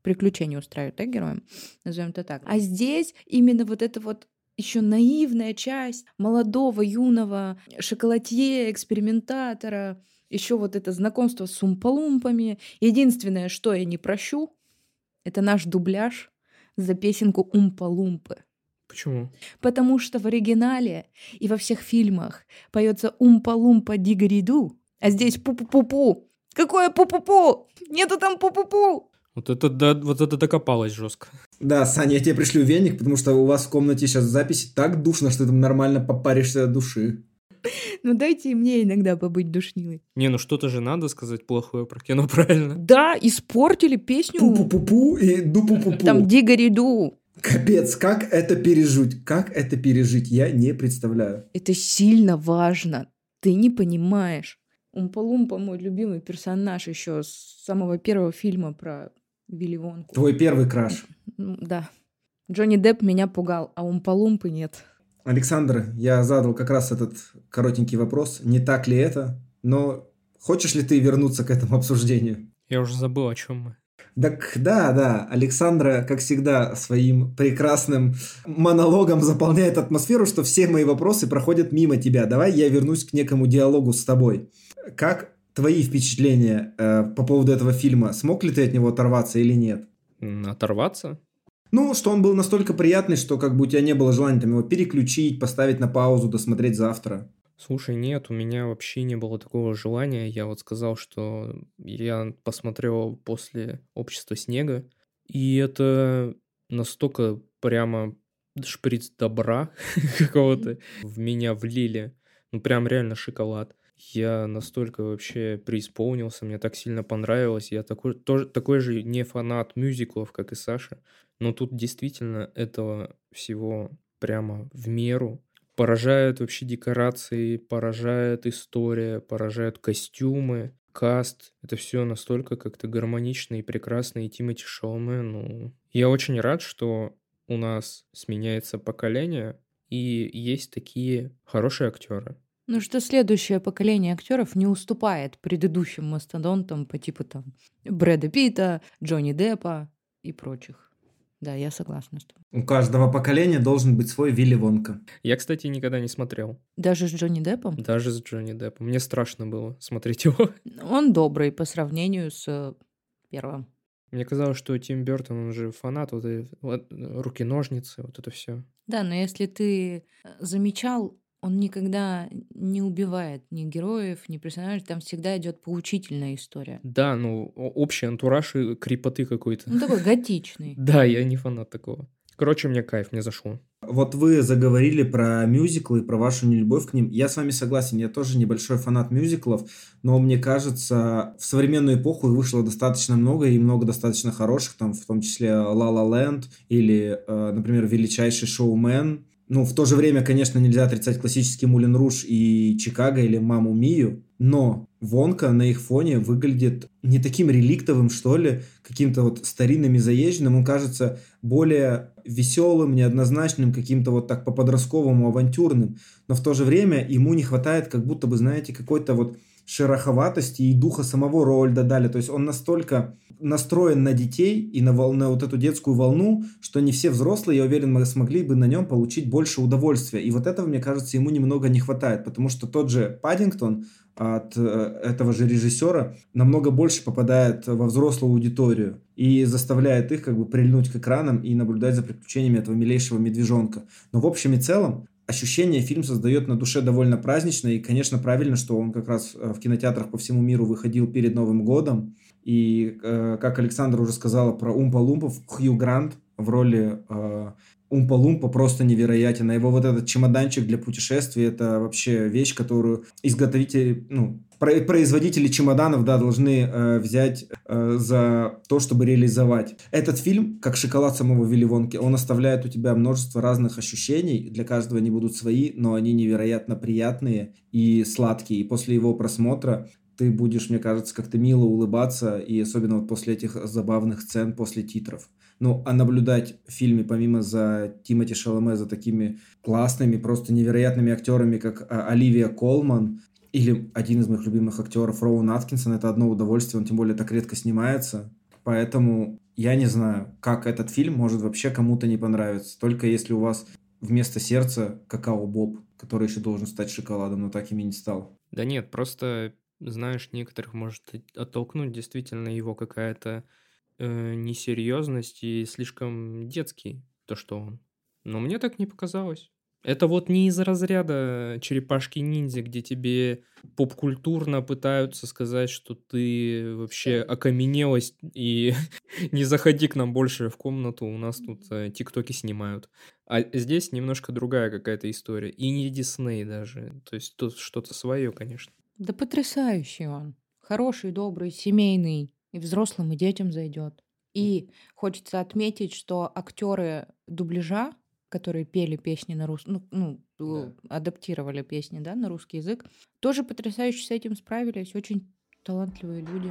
приключения устраивают, да, героям? Назовем это так. А здесь именно вот эта вот еще наивная часть молодого, юного шоколадье, экспериментатора, еще вот это знакомство с умпалумпами. Единственное, что я не прощу, это наш дубляж за песенку «Умпа-лумпы». Почему? Потому что в оригинале и во всех фильмах поется «Умпа-лумпа дигериду», а здесь «пу-пу-пу-пу». Какое «пу-пу-пу»? Нету там «пу-пу-пу». Вот это докопалось жестко. Да, Саня, я тебе пришлю веник, потому что у вас в комнате сейчас записи так душно, что ты там нормально попаришься от души. Ну дайте и мне иногда побыть душнилой. Не, ну что-то же надо сказать плохое про кино, правильно? Да, испортили песню. Пу-пу-пу-пу и ду-пу-пу-пу. Там дигериду. Капец, как это пережить? Как это пережить? Я не представляю. Это сильно важно. Ты не понимаешь. Умпа-Лумпа мой любимый персонаж еще с самого первого фильма про Вилли Вонку. Твой первый краш. Да. Джонни Депп меня пугал, а Умпа-Лумпы нет. Александр, я задал как раз этот коротенький вопрос. Не так ли это? Но хочешь ли ты вернуться к этому обсуждению? Я уже забыл, о чем мы. Так да, Александра, как всегда, своим прекрасным монологом заполняет атмосферу, что все мои вопросы проходят мимо тебя. Давай я вернусь к некому диалогу с тобой. Как твои впечатления по поводу этого фильма? Смог ли ты от него оторваться или нет? Оторваться? Ну, что он был настолько приятный, что как бы у тебя не было желания там его переключить, поставить на паузу, досмотреть завтра. Слушай, нет, у меня вообще не было такого желания. Я вот сказал, что я посмотрел после «Общества снега», и это настолько прямо шприц добра какого-то в меня влили. Ну, прям реально шоколад. Я настолько вообще преисполнился, мне так сильно понравилось. Я такой же не фанат мюзиклов, как и Саша. Но тут действительно этого всего прямо в меру. Поражают вообще декорации, поражает история, поражают костюмы, каст. Это все настолько как-то гармонично и прекрасно. И Тимоти Шаламе, ну... Я очень рад, что у нас сменяется поколение, и есть такие хорошие актеры. Ну что следующее поколение актеров не уступает предыдущим мастодонтам по типу там Брэда Питта, Джонни Деппа и прочих. Да, я согласна с тобой. У каждого поколения должен быть свой Вилли Вонка. Я, кстати, никогда не смотрел. Даже с Джонни Деппом? Даже с Джонни Деппом. Мне страшно было смотреть его. Он добрый по сравнению с первым. Мне казалось, что Тим Бёртон, он же фанат, вот руки-ножницы, вот это все. Да, но если ты замечал, он никогда не убивает ни героев, ни персонажей, там всегда идет поучительная история. Да, ну, общий антураж и крепоты какой-то. Ну, такой готичный. Да, я не фанат такого. Короче, мне кайф, мне зашло. Вот вы заговорили про мюзиклы и про вашу нелюбовь к ним. Я с вами согласен, я тоже небольшой фанат мюзиклов, но мне кажется, в современную эпоху их вышло достаточно много, и много достаточно хороших, там, в том числе «Ла Ла Ленд» или, например, «Величайший шоумен». Ну, в то же время, конечно, нельзя отрицать классический «Мулен Руж» и «Чикаго» или «Маму Мию», но Вонка на их фоне выглядит не таким реликтовым, что ли, каким-то вот старинным и заезженным. Он кажется более веселым, неоднозначным, каким-то вот так по-подростковому авантюрным. Но в то же время ему не хватает как будто бы, знаете, какой-то вот шероховатости и духа самого Роальда Дали. То есть он настолько настроен на детей и на вот эту детскую волну, что не все взрослые, я уверен, мы смогли бы на нем получить больше удовольствия. И вот этого, мне кажется, ему немного не хватает, потому что тот же Паддингтон от этого же режиссера намного больше попадает во взрослую аудиторию и заставляет их как бы прильнуть к экранам и наблюдать за приключениями этого милейшего медвежонка. Но в общем и целом ощущение фильм создает на душе довольно празднично, и, конечно, правильно, что он как раз в кинотеатрах по всему миру выходил перед Новым годом. И, как Александра уже сказала про Умпа-Лумпов, Хью Грант в роли Умпа-Лумпа просто невероятен. А его вот этот чемоданчик для путешествий – это вообще вещь, которую изготовители, производители чемоданов, да, должны взять за то, чтобы реализовать. Этот фильм, как шоколад самого Вилли Вонки, он оставляет у тебя множество разных ощущений. Для каждого они будут свои, но они невероятно приятные и сладкие. И после его просмотра ты будешь, мне кажется, как-то мило улыбаться, и особенно вот после этих забавных сцен, после титров. Ну, а наблюдать в фильме, помимо за Тимоти Шаламе, за такими классными, просто невероятными актерами, как Оливия Колман, или один из моих любимых актеров Роуэн Аткинсон, это одно удовольствие, он тем более так редко снимается. Поэтому я не знаю, как этот фильм может вообще кому-то не понравиться. Только если у вас вместо сердца какао-боб, который еще должен стать шоколадом, но так ими не стал. Да нет, просто, знаешь, некоторых может оттолкнуть действительно его какая-то несерьезность и слишком детский, то, что он. Но мне так не показалось. Это вот не из разряда черепашки-ниндзя, где тебе поп-культурно пытаются сказать, что ты вообще окаменелость и не заходи к нам больше в комнату, у нас тут тиктоки снимают. А здесь немножко другая какая-то история. И не Дисней даже. То есть тут что-то свое, конечно. Да потрясающий он. Хороший, добрый, семейный. И взрослым, и детям зайдет. И хочется отметить, что актеры дубляжа, которые пели песни на русском, адаптировали песни, да, на русский язык, тоже потрясающе с этим справились. Очень талантливые люди.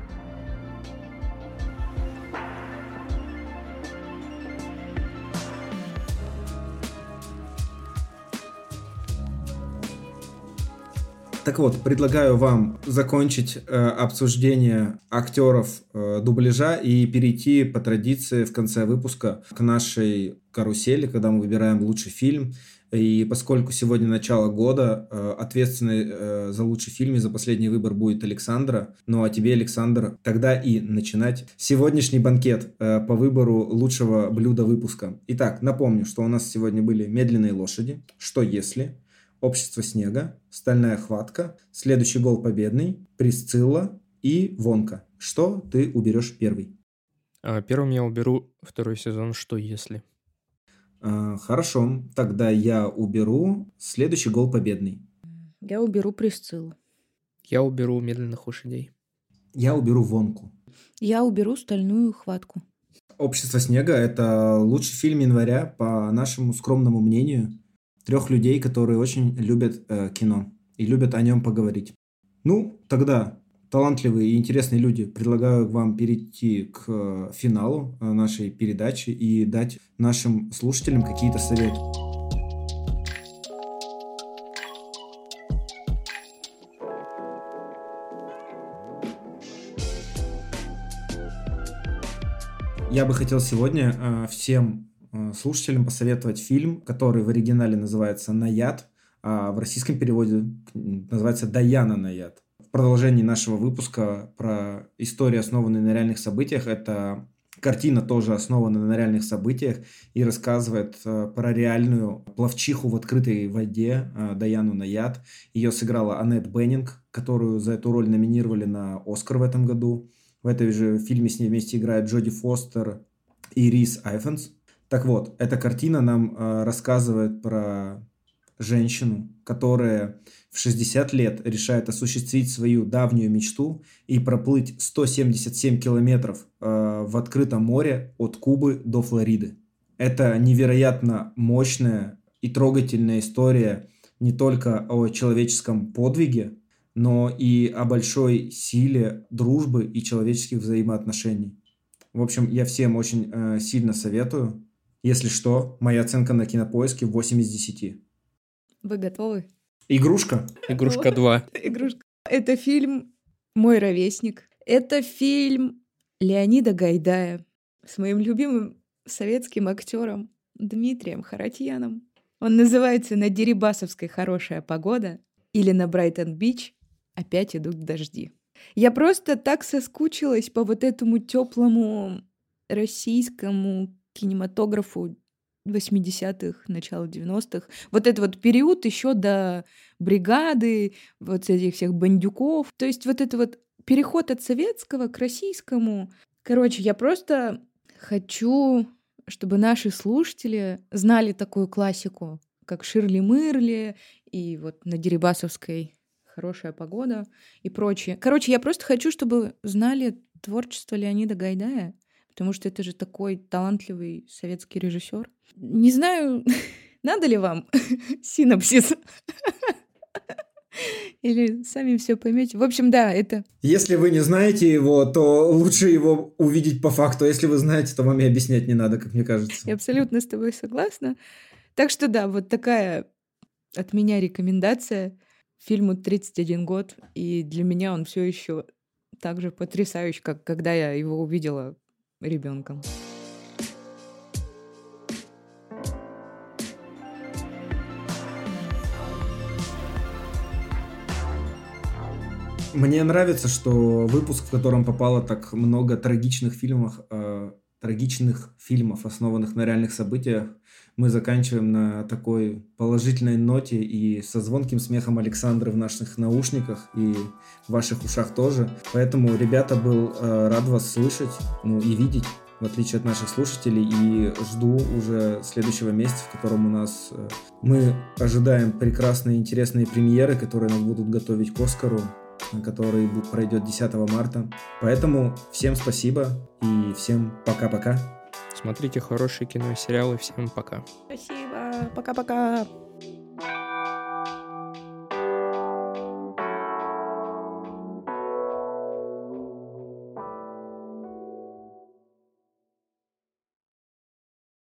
Так вот, предлагаю вам закончить обсуждение актеров дубляжа и перейти по традиции в конце выпуска к нашей карусели, когда мы выбираем лучший фильм. И поскольку сегодня начало года, ответственный за лучший фильм и за последний выбор будет Александра. Ну а тебе, Александр, тогда и начинать сегодняшний банкет по выбору лучшего блюда выпуска. Итак, напомню, что у нас сегодня были «Медленные лошади», «Что если?», «Общество снега», «Стальная хватка», «Следующий гол победный», «Присцилла» и «Вонка». Что ты уберешь первый? Первым я уберу второй сезон «Что если?». Хорошо, тогда я уберу «Следующий гол победный». Я уберу Присциллу. Я уберу «Медленных лошадей». Я уберу «Вонку». Я уберу «Стальную хватку». «Общество снега» — это лучший фильм января, по нашему скромному мнению. 3 людей, которые очень любят кино и любят о нем поговорить. Ну, тогда, талантливые и интересные люди, предлагаю вам перейти к финалу нашей передачи и дать нашим слушателям какие-то советы. Я бы хотел сегодня всем слушателям посоветовать фильм, который в оригинале называется «Наяд», а в российском переводе называется «Даяна Наяд». В продолжении нашего выпуска про историю, основанную на реальных событиях, эта картина тоже основана на реальных событиях и рассказывает про реальную пловчиху в открытой воде Даяну Наяд. Ее сыграла Аннет Беннинг, которую за эту роль номинировали на «Оскар» в этом году. В этой же фильме с ней вместе играют Джоди Фостер и Рис Айфенс. Так вот, эта картина нам рассказывает про женщину, которая в 60 лет решает осуществить свою давнюю мечту и проплыть 177 километров в открытом море от Кубы до Флориды. Это невероятно мощная и трогательная история не только о человеческом подвиге, но и о большой силе дружбы и человеческих взаимоотношений. В общем, я всем очень сильно советую. Если что, моя оценка на Кинопоиске 8 из 10. Вы готовы? Игрушка? Игрушка 2. Игрушка. Это фильм «Мой ровесник». Это фильм Леонида Гайдая с моим любимым советским актером Дмитрием Харатьяном. Он называется «На Дерибасовской хорошая погода» или «На Брайтон-Бич опять идут дожди». Я просто так соскучилась по вот этому теплому российскому кинематографу 80-х, начала 90-х. Вот этот вот период еще до «Бригады», вот этих всех бандюков. То есть вот это вот переход от советского к российскому. Короче, я просто хочу, чтобы наши слушатели знали такую классику, как «Ширли-мырли» и вот «На Дерибасовской хорошая погода» и прочее. Короче, я просто хочу, чтобы знали творчество Леонида Гайдая, потому что это же такой талантливый советский режиссер. Не знаю, надо ли вам синопсис? Или сами все поймете. В общем, да, это... Если вы не знаете его, то лучше его увидеть по факту. А если вы знаете, то вам и объяснять не надо, как мне кажется. Я абсолютно с тобой согласна. Так что да, вот такая от меня рекомендация фильму 31 год. И для меня он все еще так же потрясающе, как когда я его увидела ребенком. Мне нравится, что выпуск, в котором попало так много трагичных фильмов, основанных на реальных событиях, мы заканчиваем на такой положительной ноте и со звонким смехом Александры в наших наушниках и в ваших ушах тоже. Поэтому, ребята, был рад вас слышать, и видеть, в отличие от наших слушателей, и жду уже следующего месяца, в котором у нас мы ожидаем прекрасные интересные премьеры, которые нас будут готовить к Оскару, который пройдет 10 марта. Поэтому всем спасибо и всем пока-пока. Смотрите хорошие кино и сериалы. Всем пока. Спасибо. Пока-пока.